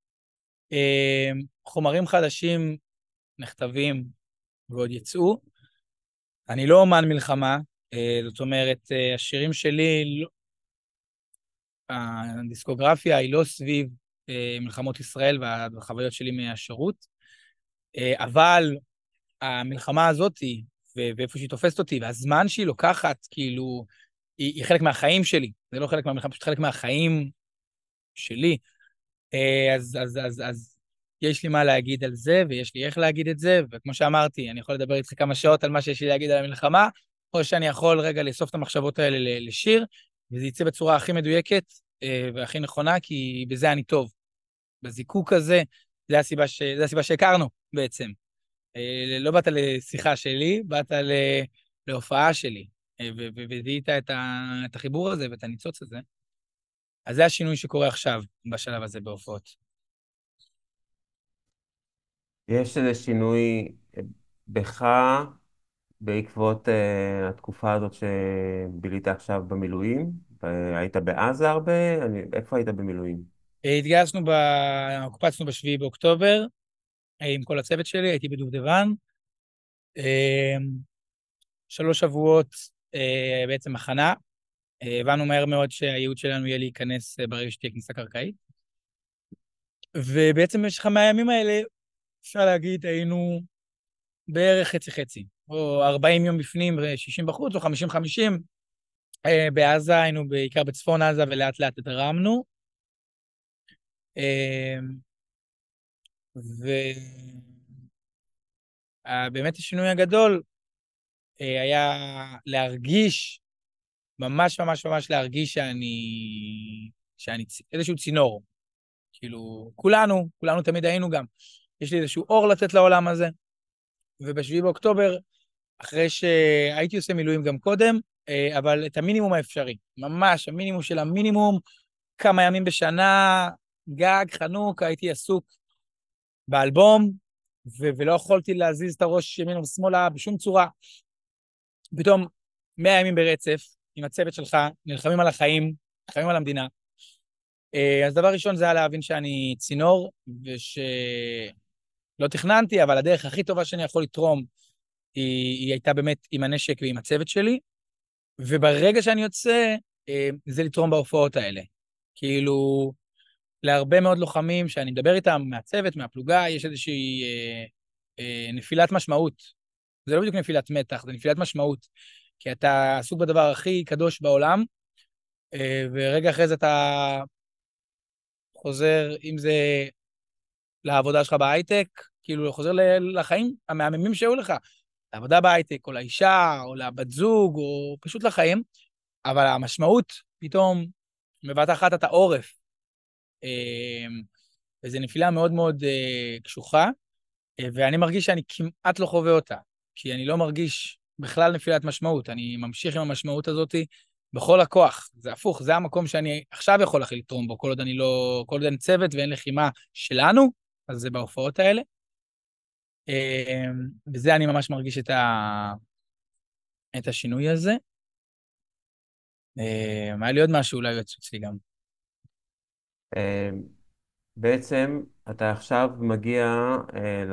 חומרים חדשים נכתבים ועוד יצאו. אני לא אומן מלחמה, זאת אומרת, השירים שלי, הדיסקוגרפיה היא לא סביב מלחמות ישראל והחוויות שלי מהשירות, אבל המלחמה הזאת, ואיפה שהיא תופסת אותי, והזמן שהיא לוקחת, כאילו, היא חלק מהחיים שלי, זה לא חלק מהמלחמה, פשוט חלק מהחיים שלי. אז יש לי מה להגיד על זה, ויש לי איך להגיד את זה, וכמו שאמרתי, אני יכול לדבר איתך כמה שעות על מה שיש לי להגיד על המלחמה, או שאני יכול רגע לאסוף את המחשבות האלה לשיר, וזה יצא בצורה הכי מדויקת והכי נכונה, כי בזה אני טוב. בזיקוק הזה, זה הסיבה שהכרנו בעצם. לא באת לשיחה שלי, באת להופעה שלי, וזיהית את החיבור הזה ואת הניצוץ הזה. אז זה השינוי שקורה עכשיו, בשלב הזה בהופעות. יש איזה שינוי בך בעקבות התקופה הזאת שבילית עכשיו במילואים? היית בעזה הרבה? איפה היית במילואים? הוקפצנו ב7 באוקטובר, עם כל הצוות שלי, הייתי בדובדבן. 3 שבועות בעצם הכנה. הבנו מהר מאוד שהייעוד שלנו יהיה להיכנס ברגע שתהיה כניסה קרקעית. ובעצם במשך 100 הימים האלה, אפשר להגיד, היינו בערך חצי-חצי, או 40 יום בפנים, 60 בחוץ, או 50-50. בעזה היינו בעיקר בצפון עזה, ולאט לאט התרמנו. ובאמת השינוי הגדול היה להרגיש, ממש להרגיש שאני איזשהו צינור. כאילו, כולנו תמיד היינו גם. יש לי איזשהו אור לתת לעולם הזה. וב7 באוקטובר, אחרי שהייתי עושה מילואים גם קודם, אבל את המינימום האפשרי, ממש המינימום של המינימום, כמה ימים בשנה, גג, חנוק, הייתי עסוק באלבום, ולא יכולתי להזיז את הראש ימין ושמאלה בשום צורה. פתאום 100 ימים ברצף, עם הצוות שלך, נלחמים על החיים, נלחמים על המדינה. אז דבר ראשון זה היה להבין שאני צינור, ושלא תכננתי, אבל הדרך הכי טובה שאני יכול לתרום, היא הייתה באמת עם הנשק ועם הצוות שלי, וברגע שאני יוצא, זה לתרום בהופעות האלה. כאילו, להרבה מאוד לוחמים שאני מדבר איתם, מהצוות, מהפלוגה, יש איזושהי נפילת משמעות. זה לא בדיוק נפילת מתח, זה נפילת משמעות, כי אתה עסוק בדבר הכי קדוש בעולם, ורגע אחרי זה אתה חוזר, אם זה לעבודה שלך בהייטק, כאילו חוזר לחיים המהממים שהיו לך, לעבודה בהייטק, או לאישה, או לבת זוג, או פשוט לחיים, אבל המשמעות, פתאום, בבת אחת אתה עורף. וזו נפילה מאוד מאוד קשוחה, ואני מרגיש שאני כמעט לא חווה אותה, כי אני לא מרגיש בכלל נפילת משמעות, אני ממשיך עם המשמעות הזאת בכל הכוח. זה הפוך, זה המקום שאני עכשיו יכול להכיל לתרום בו, כל עוד אני לא, כל עוד אין צוות ואין לחימה שלנו, אז זה בהופעות האלה. וזה אני ממש מרגיש את השינוי הזה. היה לי עוד משהו, אולי יצוץ לי גם. אה, בעצם אתה עכשיו מגיע ל...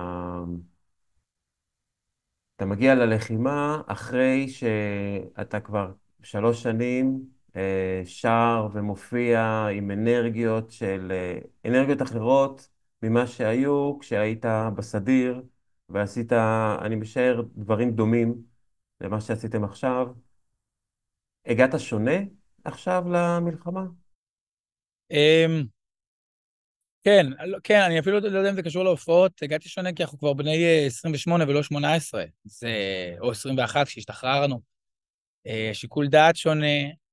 אתה מגיע ללחימה אחרי שאתה כבר 3 שנים שר ומופיע עם אנרגיות אנרגיות אחרות ממה שהיו כשהיית בסדיר ועשית, אני משער, דברים דומים למה שעשיתם עכשיו. הגעת שונה עכשיו למלחמה? אמ, כן, כן, אני אפילו לא יודע אם זה קשור להופעות, הגעתי שונה כי אנחנו כבר בני 28 ולא 18, זה, או 21 כשהשתחררנו. שיקול דעת שונה,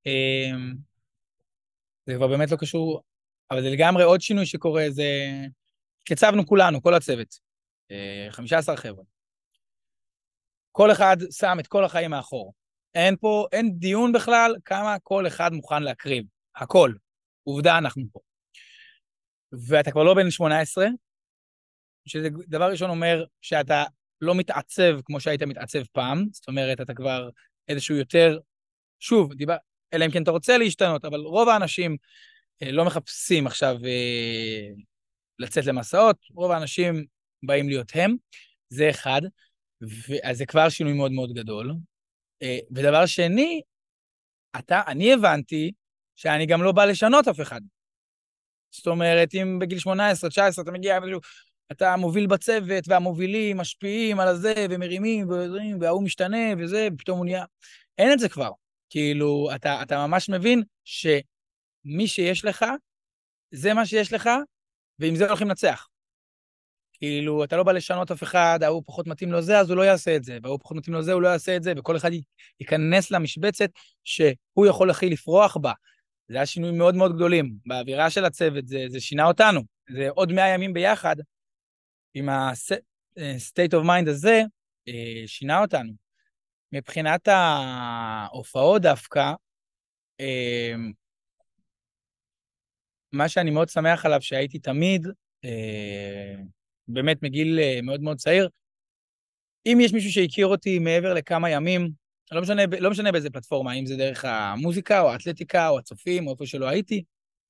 זה כבר באמת לא קשור, אבל זה לגמרי עוד שינוי שקורה, זה... קצבנו כולנו, כל הצוות, 15 חבר'ה. כל אחד שם את כל החיים מאחור. אין פה, אין דיון בכלל כמה כל אחד מוכן להקריב. הכל. עובדה, אנחנו פה. ואתה כבר לא בן 18, שזה דבר ראשון אומר שאתה לא מתעצב כמו שהיית מתעצב פעם, זאת אומרת, אתה כבר איזשהו יותר, שוב, אלא אם כן אתה רוצה להשתנות, אבל רוב האנשים לא מחפשים עכשיו לצאת למסעות, רוב האנשים באים להיות הם, זה אחד, אז זה כבר שינוי מאוד מאוד גדול. ודבר שני, אני הבנתי שאני גם לא בא לשנות אף אחד. זאת אומרת, אם בגיל 18, 19, אתה מגיע, אתה מוביל בצוות, והמובילים משפיעים על הזה, ומרימים, וההוא משתנה, וזה, פתאום הוא נהיה... אין את זה כבר. כאילו, אתה ממש מבין שמי שיש לך, זה מה שיש לך, ועם זה הולכים לנצח. כאילו, אתה לא בא לשנות אף אחד, ההוא פחות מתאים לו זה, אז הוא לא יעשה את זה, וההוא פחות מתאים לו זה, הוא לא יעשה את זה, וכל אחד ייכנס למשבצת שהוא יכול הכי לפרוח בה. זה היה שינוי מאוד מאוד גדולים. באווירה של הצוות, זה שינה אותנו. זה עוד 100 ימים ביחד, עם ה-state of mind הזה, שינה אותנו. מבחינת ההופעות דווקא, מה שאני מאוד שמח עליו, שהייתי תמיד, באמת מגיל מאוד מאוד צעיר, אם יש מישהו שהכיר אותי מעבר לכמה ימים, לא משנה באיזה פלטפורמה, אם זה דרך המוזיקה או האתלטיקה או הצופים או איפה שלא הייתי,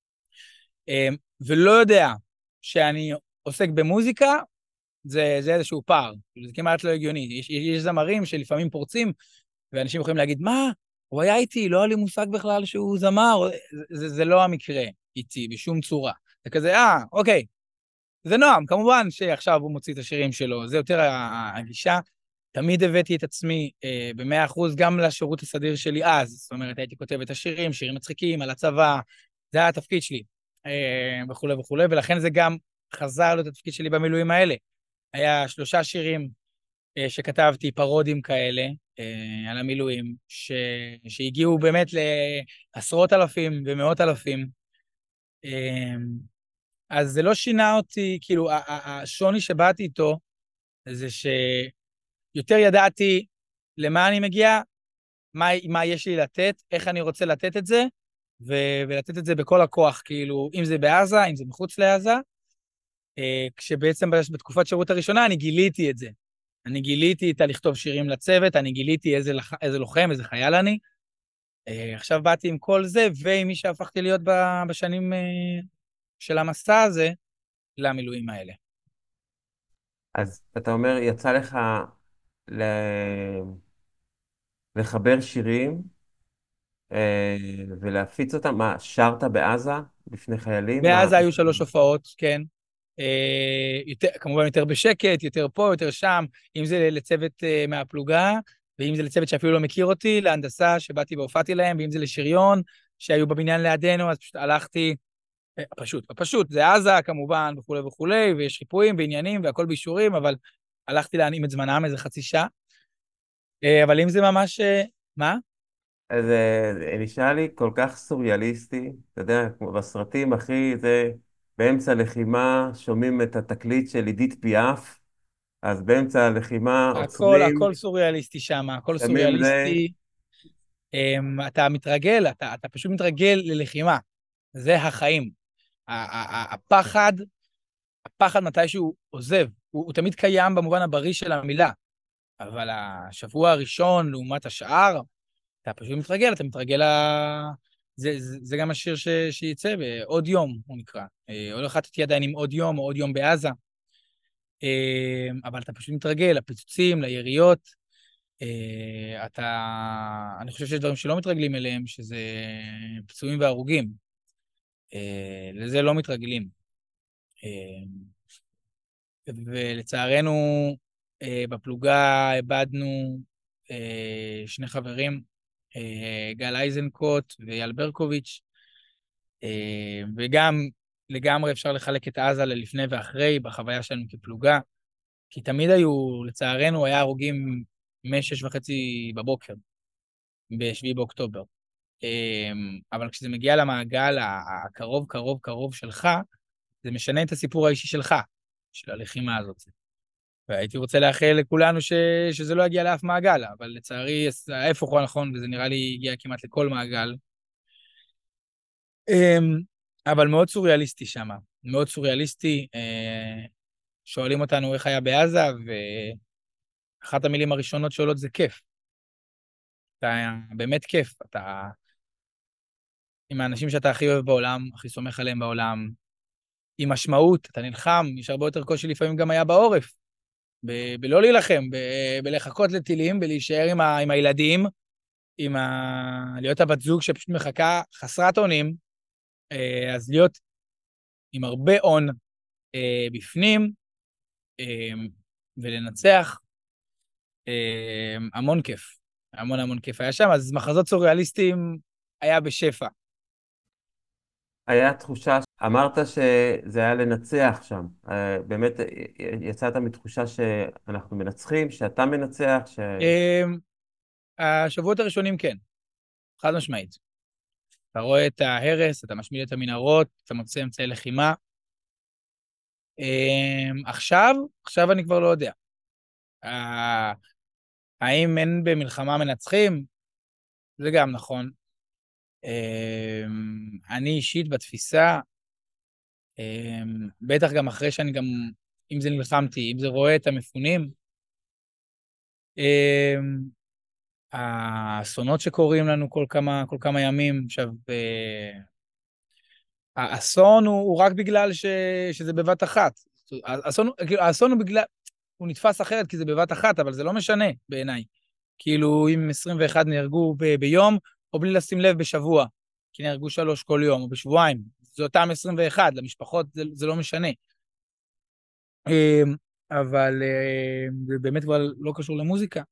ולא יודע שאני עוסק במוזיקה, זה איזשהו פער, זה כמעט לא הגיוני. יש זמרים שלפעמים פורצים, ואנשים יכולים להגיד, מה? הוא היה איתי, לא היה לי מושג בכלל שהוא זמר, זה לא המקרה איתי בשום צורה. זה כזה, אוקיי, זה נועם, כמובן שעכשיו הוא מוציא את השירים שלו, זה יותר הגישה. תמיד הבאתי את עצמי ב100% גם לשירות הסדיר שלי אז, זאת אומרת, הייתי כותב את השירים, שירים מצחיקים על הצבא, זה היה התפקיד שלי, וכו' וכו', ולכן זה גם חזר לו את התפקיד שלי במילואים האלה. היה 3 שירים שכתבתי, פרודים כאלה, על המילואים, שהגיעו באמת לעשרות אלפים ומאות אלפים. אז זה לא שינה אותי, כאילו, השוני שבאתי איתו, זה שיותר ידעתי למה אני מגיע, מה יש לי לתת, איך אני רוצה לתת את זה, ולתת את זה בכל הכוח, כאילו, אם זה בעזה, אם זה מחוץ לעזה, כשבעצם בתקופת שירות הראשונה אני גיליתי את זה. אני גיליתי את לכתוב שירים לצוות, אני גיליתי איזה לוחם, איזה חייל אני. עכשיו באתי עם כל זה, ועם מי שהפכתי להיות בשנים של המסע הזה, למילואים האלה. אז אתה אומר, יצא לך ל... לחבר שירים ולהפיץ אותם. מה, שרת בעזה בפני חיילים? מה... בעזה היו 3 הופעות, כן. כמובן יותר בשקט, יותר פה, יותר שם, אם זה לצוות מהפלוגה, ואם זה לצוות שאפילו לא מכיר אותי, להנדסה שבאתי והופעתי להם, ואם זה לשריון, שהיו בבניין לידינו, אז פשוט הלכתי, פשוט, זה עזה כמובן, וכולי וכולי, ויש חיפויים ועניינים, והכל באישורים, אבל הלכתי להנעים את זמנם איזה חצי שעה. אבל אם זה ממש... מה? אז נשמע לי כל כך סוריאליסטי, אתה יודע, כמו בסרטים, אחי, זה... באמצע לחימה שומעים את התקליט של עידית פיאף, אז באמצע הלחימה עוצרים, הכל סוריאליסטי שם, הכל שמים סוריאליסטי. אתה מתרגל, אתה פשוט מתרגל ללחימה. זה החיים. הפחד, הפחד מתי שהוא עוזב, הוא תמיד קיים במובן הבריא של המילה, אבל השבוע הראשון לעומת השאר, אתה פשוט מתרגל, אתה מתרגל זה גם השיר שיצא, עוד יום הוא נקרא. עוד החלטתי עדיין עם עוד יום, או עוד יום בעזה. אבל אתה פשוט מתרגל, לפיצוצים, ליריות. אני חושב שיש דברים שלא מתרגלים אליהם, שזה פצועים והרוגים. לזה לא מתרגלים. ולצערנו, בפלוגה איבדנו שני חברים, גל איזנקוט ואייל ברקוביץ', וגם לגמרי אפשר לחלק את עזה ללפני ואחרי, בחוויה שלנו כפלוגה, כי תמיד היו, לצערנו, היה הרוגים מ-6:30 בבוקר, ב-7 באוקטובר. אבל כשזה מגיע למעגל הקרוב, קרוב, קרוב שלך, זה משנה את הסיפור האישי שלך, של הלחימה הזאת. והייתי רוצה לאחל לכולנו שזה לא יגיע לאף מעגל, אבל לצערי ההפך הוא הנכון, וזה נראה לי הגיע כמעט לכל מעגל. אבל מאוד סוריאליסטי שם, מאוד סוריאליסטי. שואלים אותנו איך היה בעזה, ואחת המילים הראשונות שעולות זה כיף. אתה באמת כיף, אתה עם האנשים שאתה הכי אוהב בעולם, הכי סומך עליהם בעולם, עם משמעות, אתה נלחם, יש הרבה יותר קושי לפעמים גם היה בעורף, בלא להילחם, בלחכות לטילים, בלהישאר עם הילדים, להיות הבת זוג שפשוט מחכה חסרת אונים, אז להיות עם הרבה און בפנים, ולנצח, המון כיף, המון המון כיף היה שם, אז מחזות סוריאליסטיים היה בשפע. היה תחושה, אמרת שזה היה לנצח שם. באמת יצאת מתחושה שאנחנו מנצחים, שאתה מנצח, השבועות הראשונים כן, חד משמעית. אתה רואה את ההרס, אתה משמיד את המנהרות, אתה מוצא אמצעי לחימה. עכשיו אני כבר לא יודע. האם אין במלחמה מנצחים? זה גם נכון. אני אישית בתפיסה, בטח גם אחרי שאני גם, אם זה נלחמתי, אם זה רואה את המפונים, האסונות שקורים לנו כל כמה ימים, עכשיו, האסון הוא רק בגלל שזה בבת אחת. האסון הוא בגלל, הוא נתפס אחרת כי זה בבת אחת, אבל זה לא משנה בעיניי. כאילו, אם 21 נהרגו ביום, או בלי לשים לב בשבוע, כי נהרגו 3 כל יום, או בשבועיים, זה אותם 21, למשפחות זה לא משנה. אבל זה באמת כבר לא קשור למוזיקה.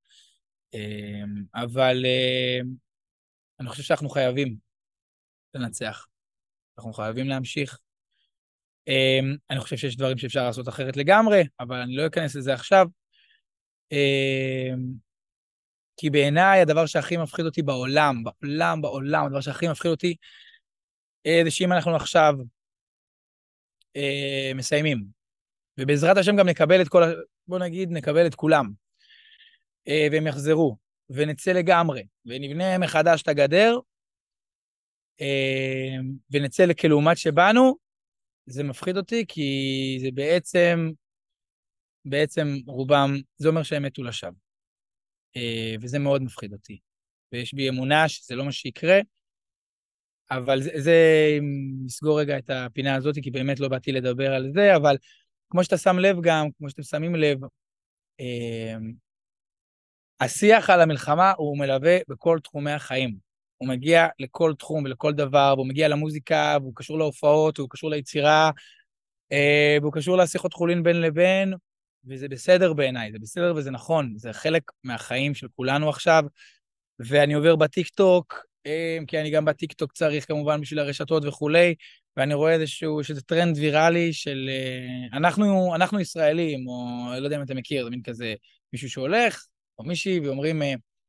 אבל אני חושב שאנחנו חייבים לנצח. אנחנו חייבים להמשיך. אני חושב שיש דברים שאפשר לעשות אחרת לגמרי, אבל אני לא אכנס לזה עכשיו. כי בעיניי הדבר שהכי מפחיד אותי בעולם, הדבר שהכי מפחיד אותי, זה שאם אנחנו עכשיו מסיימים, ובעזרת השם גם נקבל את בוא נגיד, נקבל את כולם, והם יחזרו, ונצא לגמרי, ונבנה מחדש את הגדר, ונצא לכלעומת שבאנו, זה מפחיד אותי, כי זה בעצם רובם, זה אומר שהם מתו לשווא. וזה מאוד מפחיד אותי. ויש בי אמונה שזה לא מה שיקרה, אבל זה נסגור רגע את הפינה הזאת, כי באמת לא באתי לדבר על זה, אבל כמו שאתה שם לב גם, כמו שאתם שמים לב, השיח על המלחמה הוא מלווה בכל תחומי החיים. הוא מגיע לכל תחום ולכל דבר, והוא מגיע למוזיקה, והוא קשור להופעות, והוא קשור ליצירה, והוא קשור להשיחות חולין בין לבין, וזה בסדר בעיניי, זה בסדר וזה נכון, זה חלק מהחיים של כולנו עכשיו, ואני עובר בטיקטוק, כי אני גם בטיקטוק צריך כמובן בשביל הרשתות וכולי, ואני רואה שזה טרנד ויראלי של אנחנו ישראלים, או לא יודע אם אתה מכיר, זה מין כזה מישהו שהולך, או מישהי, ואומרים,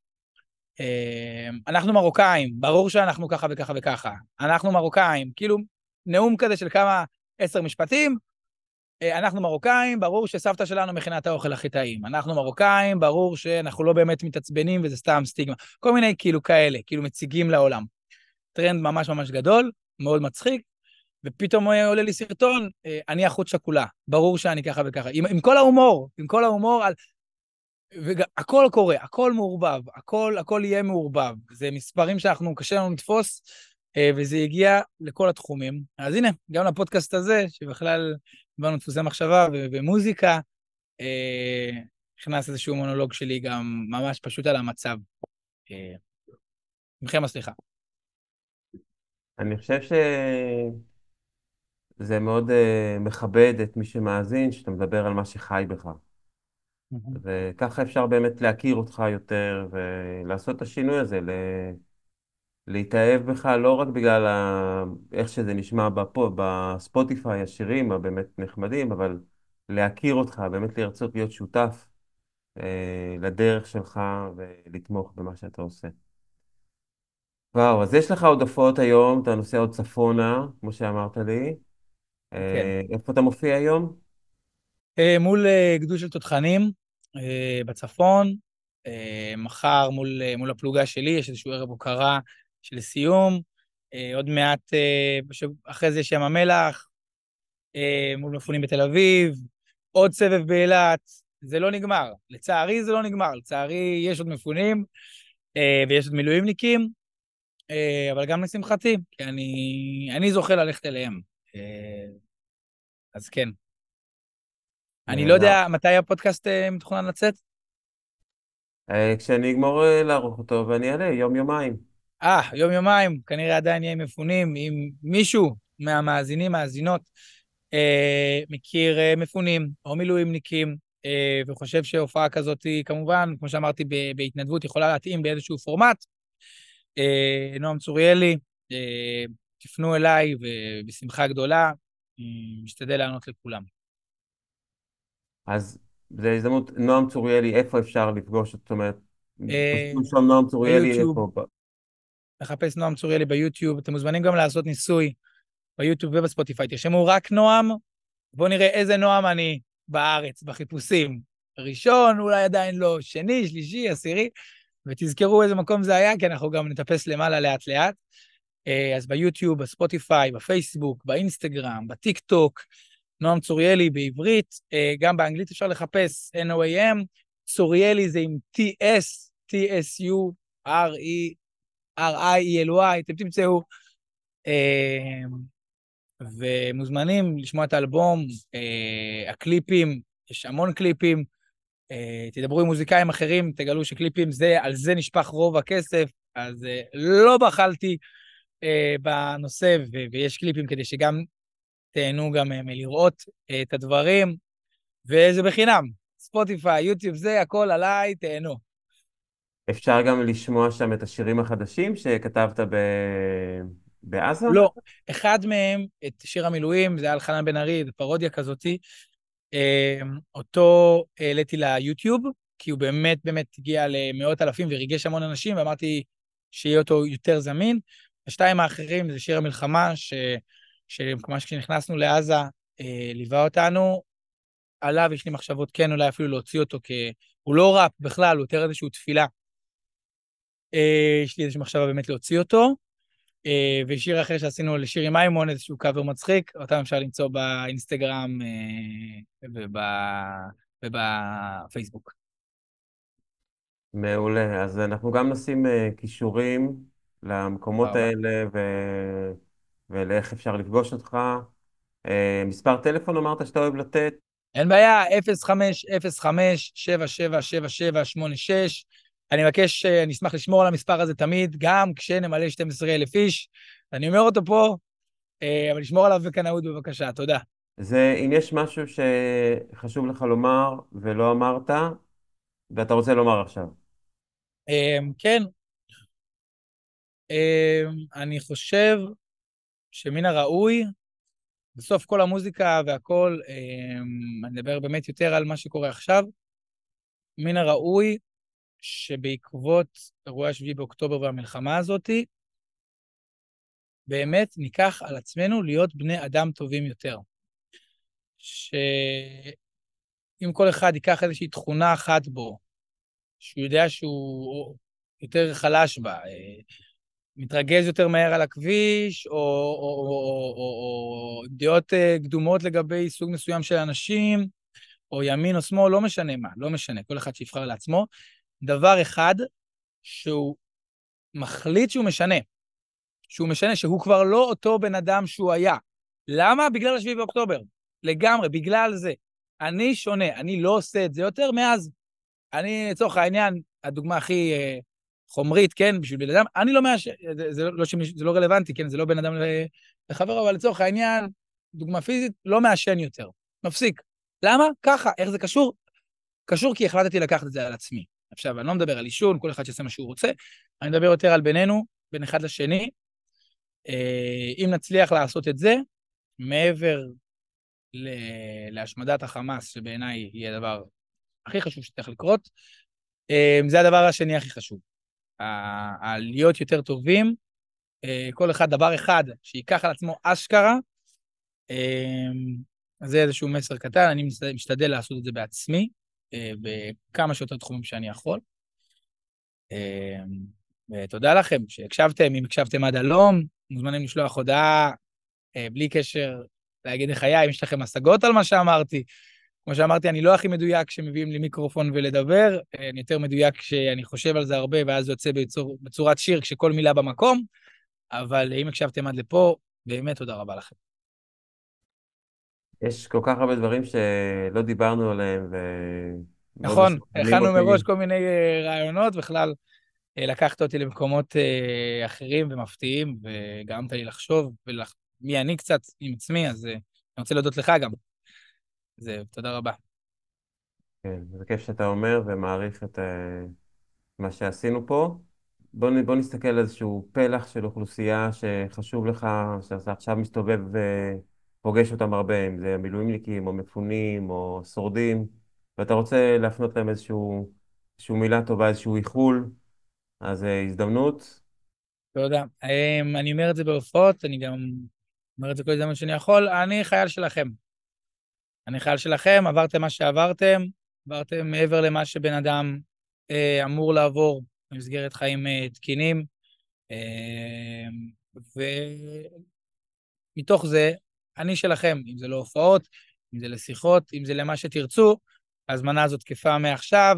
אנחנו מרוקאים, ברור שאנחנו ככה וככה וככה, אנחנו מרוקאים, כאילו נאום כזה של כמה, 10 משפטים, אנחנו מרוקאים, ברור שסבתא שלנו מכינה את האוכל הכי טעים. אנחנו מרוקאים, ברור שאנחנו לא באמת מתעצבנים וזה סתם סטיגמה. כל מיני כאילו כאלה, כאילו מציגים לעולם. טרנד ממש ממש גדול, מאוד מצחיק, ופתאום עולה לי סרטון, אני אחות שכולה, ברור שאני ככה וככה. עם כל ההומור, הכל קורה, הכל מעורבב, הכל יהיה מעורבב. זה מספרים קשה לנו לתפוס, וזה הגיע לכל התחומים. אז הנה, גם לפודקאסט הזה, שבכלל באנו דפוסי מחשבה ומוזיקה, הכנס איזשהו מונולוג שלי גם ממש פשוט על המצב. מכם הסליחה. אני חושב שזה מאוד מכבד את מי שמאזין, שאתה מדבר על מה שחי בך. וככה אפשר באמת להכיר אותך יותר ולעשות את השינוי הזה, להתאהב בך לא רק בגלל איך שזה נשמע בספוטיפיי, השירים הבאמת נחמדים, אבל להכיר אותך, באמת לרצות להיות שותף לדרך שלך ולתמוך במה שאתה עושה. וואו, אז יש לך עוד הופעות היום, אתה נוסע עוד צפונה, כמו שאמרת לי. כן. איפה אתה מופיע היום? מול גדוד של תותחנים בצפון, מחר מול הפלוגה שלי, יש איזשהו ערב הוקרה של סיום, עוד מעט, אחרי זה יש ים המלח, מול מפונים בתל אביב, עוד סבב באילת, זה לא נגמר. לצערי זה לא נגמר, לצערי יש עוד מפונים, ויש עוד מילואימניקים, אבל גם לשמחתי, כי אני זוכה ללכת אליהם. אז כן. אני לא נהדר. יודע מתי הפודקאסט מתוכנן לצאת. כשאני אגמור לערוך אותו ואני אעלה יום-יומיים. יום-יומיים, כנראה עדיין יהיה מפונים. אם מישהו מהמאזינים, מאזינות, מכיר מפונים או מילואימניקים, וחושב שהופעה כזאת, כמובן, כמו שאמרתי, בהתנדבות, יכולה להתאים באיזשהו פורמט, נועם צוריאלי, תפנו אליי, ובשמחה גדולה, משתדל לענות לכולם. אז זו הזדמנות, נועם צוריאלי, איפה אפשר לפגוש? זאת אומרת, פשוט אה, שם נועם צוריאלי, ביוטיוב, איפה? לחפש נועם צוריאלי ביוטיוב, אתם מוזמנים גם לעשות ניסוי ביוטיוב ובספוטיפיי, תרשמו רק נועם, בואו נראה איזה נועם אני בארץ, בחיפושים. ראשון, אולי עדיין לא, שני, שלישי, עשירי, ותזכרו איזה מקום זה היה, כי אנחנו גם נטפס למעלה לאט לאט. אז ביוטיוב, בספוטיפיי, בפייסבוק, באינסטגרם, בטיק טוק, נועם צוריאלי בעברית, גם באנגלית אפשר לחפש NOAM, צוריאלי זה עם TS, TSURERIELY, אתם תמצאו, ומוזמנים לשמוע את האלבום, הקליפים, יש המון קליפים, תדברו עם מוזיקאים אחרים, תגלו שקליפים על זה נשפך רוב הכסף, אז לא בחלתי בנושא, ויש קליפים כדי שגם תהנו גם מלראות את הדברים, וזה בחינם, ספוטיפיי, יוטיוב, זה הכל עליי, תהנו. אפשר גם לשמוע שם את השירים החדשים שכתבת בעזה? לא, אחד מהם, את שיר המילואים, זה היה על חנן בן ארי, זה פרודיה כזאתי, אותו העליתי ליוטיוב, כי הוא באמת באמת הגיע למאות אלפים וריגש המון אנשים, ואמרתי שיהיה אותו יותר זמין. השתיים האחרים זה שיר המלחמה, שממש כשנכנסנו לעזה, ליווה אותנו, עליו יש לי מחשבות כן, אולי אפילו להוציא אותו, כי הוא לא ראפ בכלל, הוא יותר איזשהו תפילה. יש לי איזושהי מחשבה באמת להוציא אותו, ושיר אחר שעשינו לשיר עם מימון, איזשהו קאבר מצחיק, אותם אפשר למצוא באינסטגרם ובפייסבוק. מעולה. אז אנחנו גם נשים קישורים למקומות רבה. האלה ולאיך אפשר לפגוש אותך. מספר טלפון אמרת שאתה אוהב לתת? אין בעיה, 05-77777786. אני מבקש, אני אשמח לשמור על המספר הזה תמיד, גם כשנמלא 12,000 איש. אני אומר אותו פה, אבל לשמור עליו בקנאות בבקשה, תודה. אם יש משהו שחשוב לך לומר ולא אמרת, ואתה רוצה לומר עכשיו. כן, אני חושב שמן הראוי, בסוף כל המוזיקה והכל, אני מדבר באמת יותר על מה שקורה עכשיו, מן הראוי שבעקבות אירועי 7 באוקטובר והמלחמה הזאת, באמת ניקח על עצמנו להיות בני אדם טובים יותר. שאם כל אחד ייקח איזושהי תכונה אחת בו, שהוא יודע שהוא יותר חלש בה, מתרגז יותר מהר על הכביש, או דעות קדומות לגבי סוג מסוים של אנשים, או ימין או שמאל, לא משנה מה, לא משנה, כל אחד שיבחר לעצמו. דבר אחד שהוא מחליט שהוא משנה, שהוא כבר לא אותו בן אדם שהוא היה. למה? בגלל 7 באוקטובר. לגמרי, בגלל זה. אני שונה, אני לא עושה את זה יותר מאז. אני, לצורך העניין, הדוגמה הכי חומרית, כן, בשביל בן אדם, אני לא מעשן, זה לא רלוונטי, כן, זה לא בן אדם לחבר, אבל לצורך העניין, דוגמה פיזית, לא מעשן יותר. מפסיק. למה? ככה. איך זה קשור? קשור כי החלטתי לקחת את זה על עצמי. עכשיו, אני לא מדבר על עישון, כל אחד שיעשה מה שהוא רוצה, אני מדבר יותר על בינינו, בין אחד לשני. אם נצליח לעשות את זה, מעבר להשמדת החמאס, שבעיניי יהיה הדבר הכי חשוב שצריך לקרות, זה הדבר השני הכי חשוב. להיות יותר טובים, כל אחד דבר אחד שיקח על עצמו אשכרה, זה איזשהו מסר קטן, אני משתדל לעשות את זה בעצמי, בכמה שיותר תחומים שאני יכול. ותודה לכם שהקשבתם, אם הקשבתם עד הלום, מוזמנים לשלוח הודעה, בלי קשר להגיד לחיי, אם יש לכם השגות על מה שאמרתי. כמו שאמרתי, אני לא הכי מדויק כשמביאים לי מיקרופון ולדבר, אני יותר מדויק כשאני חושב על זה הרבה, ואז זה יוצא בצורת שיר כשכל מילה במקום, אבל אם הקשבתם עד לפה, באמת תודה רבה לכם. יש כל כך הרבה דברים שלא דיברנו עליהם, ומאוד נכון, מסקרנים הכנו אותי. מראש כל מיני רעיונות, בכלל לקחת אותי למקומות אחרים ומפתיעים, וגרמת לי לחשוב, מי אני קצת עם עצמי, אז אני רוצה להודות לך גם. זהו, תודה רבה. כן, זה כיף שאתה אומר ומעריך את מה שעשינו פה. בוא נסתכל על איזשהו פלח של אוכלוסייה שחשוב לך, שאתה עכשיו מסתובב ופוגש אותם הרבה, אם זה מילואימניקים או מפונים או שורדים, ואתה רוצה להפנות להם איזשהו מילה טובה, איזשהו איחול, אז הזדמנות. תודה. אני אומר את זה בהופעות, אני גם אומר את זה כל הזמן שאני יכול, אני חייל שלכם. אני חייל שלכם, עברתם מה שעברתם, עברתם מעבר למה שבן אדם אמור לעבור במסגרת חיים תקינים, ומתוך זה, אני שלכם, אם זה לא הופעות, אם זה לשיחות, אם זה למה שתרצו, ההזמנה הזאת תקפה מעכשיו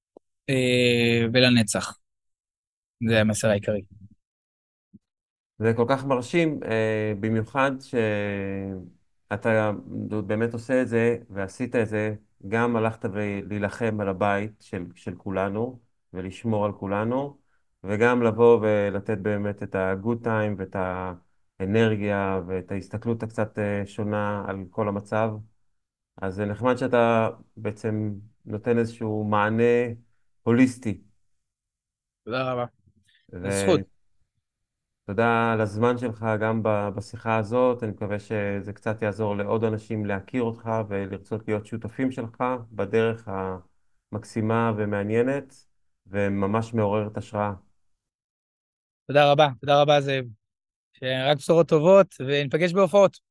ולנצח. זה המסר העיקרי. זה כל כך מרשים, במיוחד שאתה באמת עושה את זה ועשית את זה, גם הלכת ולהילחם על הבית של כולנו ולשמור על כולנו, וגם לבוא ולתת באמת את ה-good time ואת האנרגיה ואת ההסתכלות הקצת שונה על כל המצב. אז זה נחמד שאתה בעצם נותן איזשהו מענה הוליסטי. תודה רבה. זכות. תודה על הזמן שלך גם בשיחה הזאת, אני מקווה שזה קצת יעזור לעוד אנשים להכיר אותך ולרצות להיות שותפים שלך בדרך המקסימה ומעניינת וממש מעוררת השראה. תודה רבה, זאב. רק בשורות טובות, וניפגש בהופעות.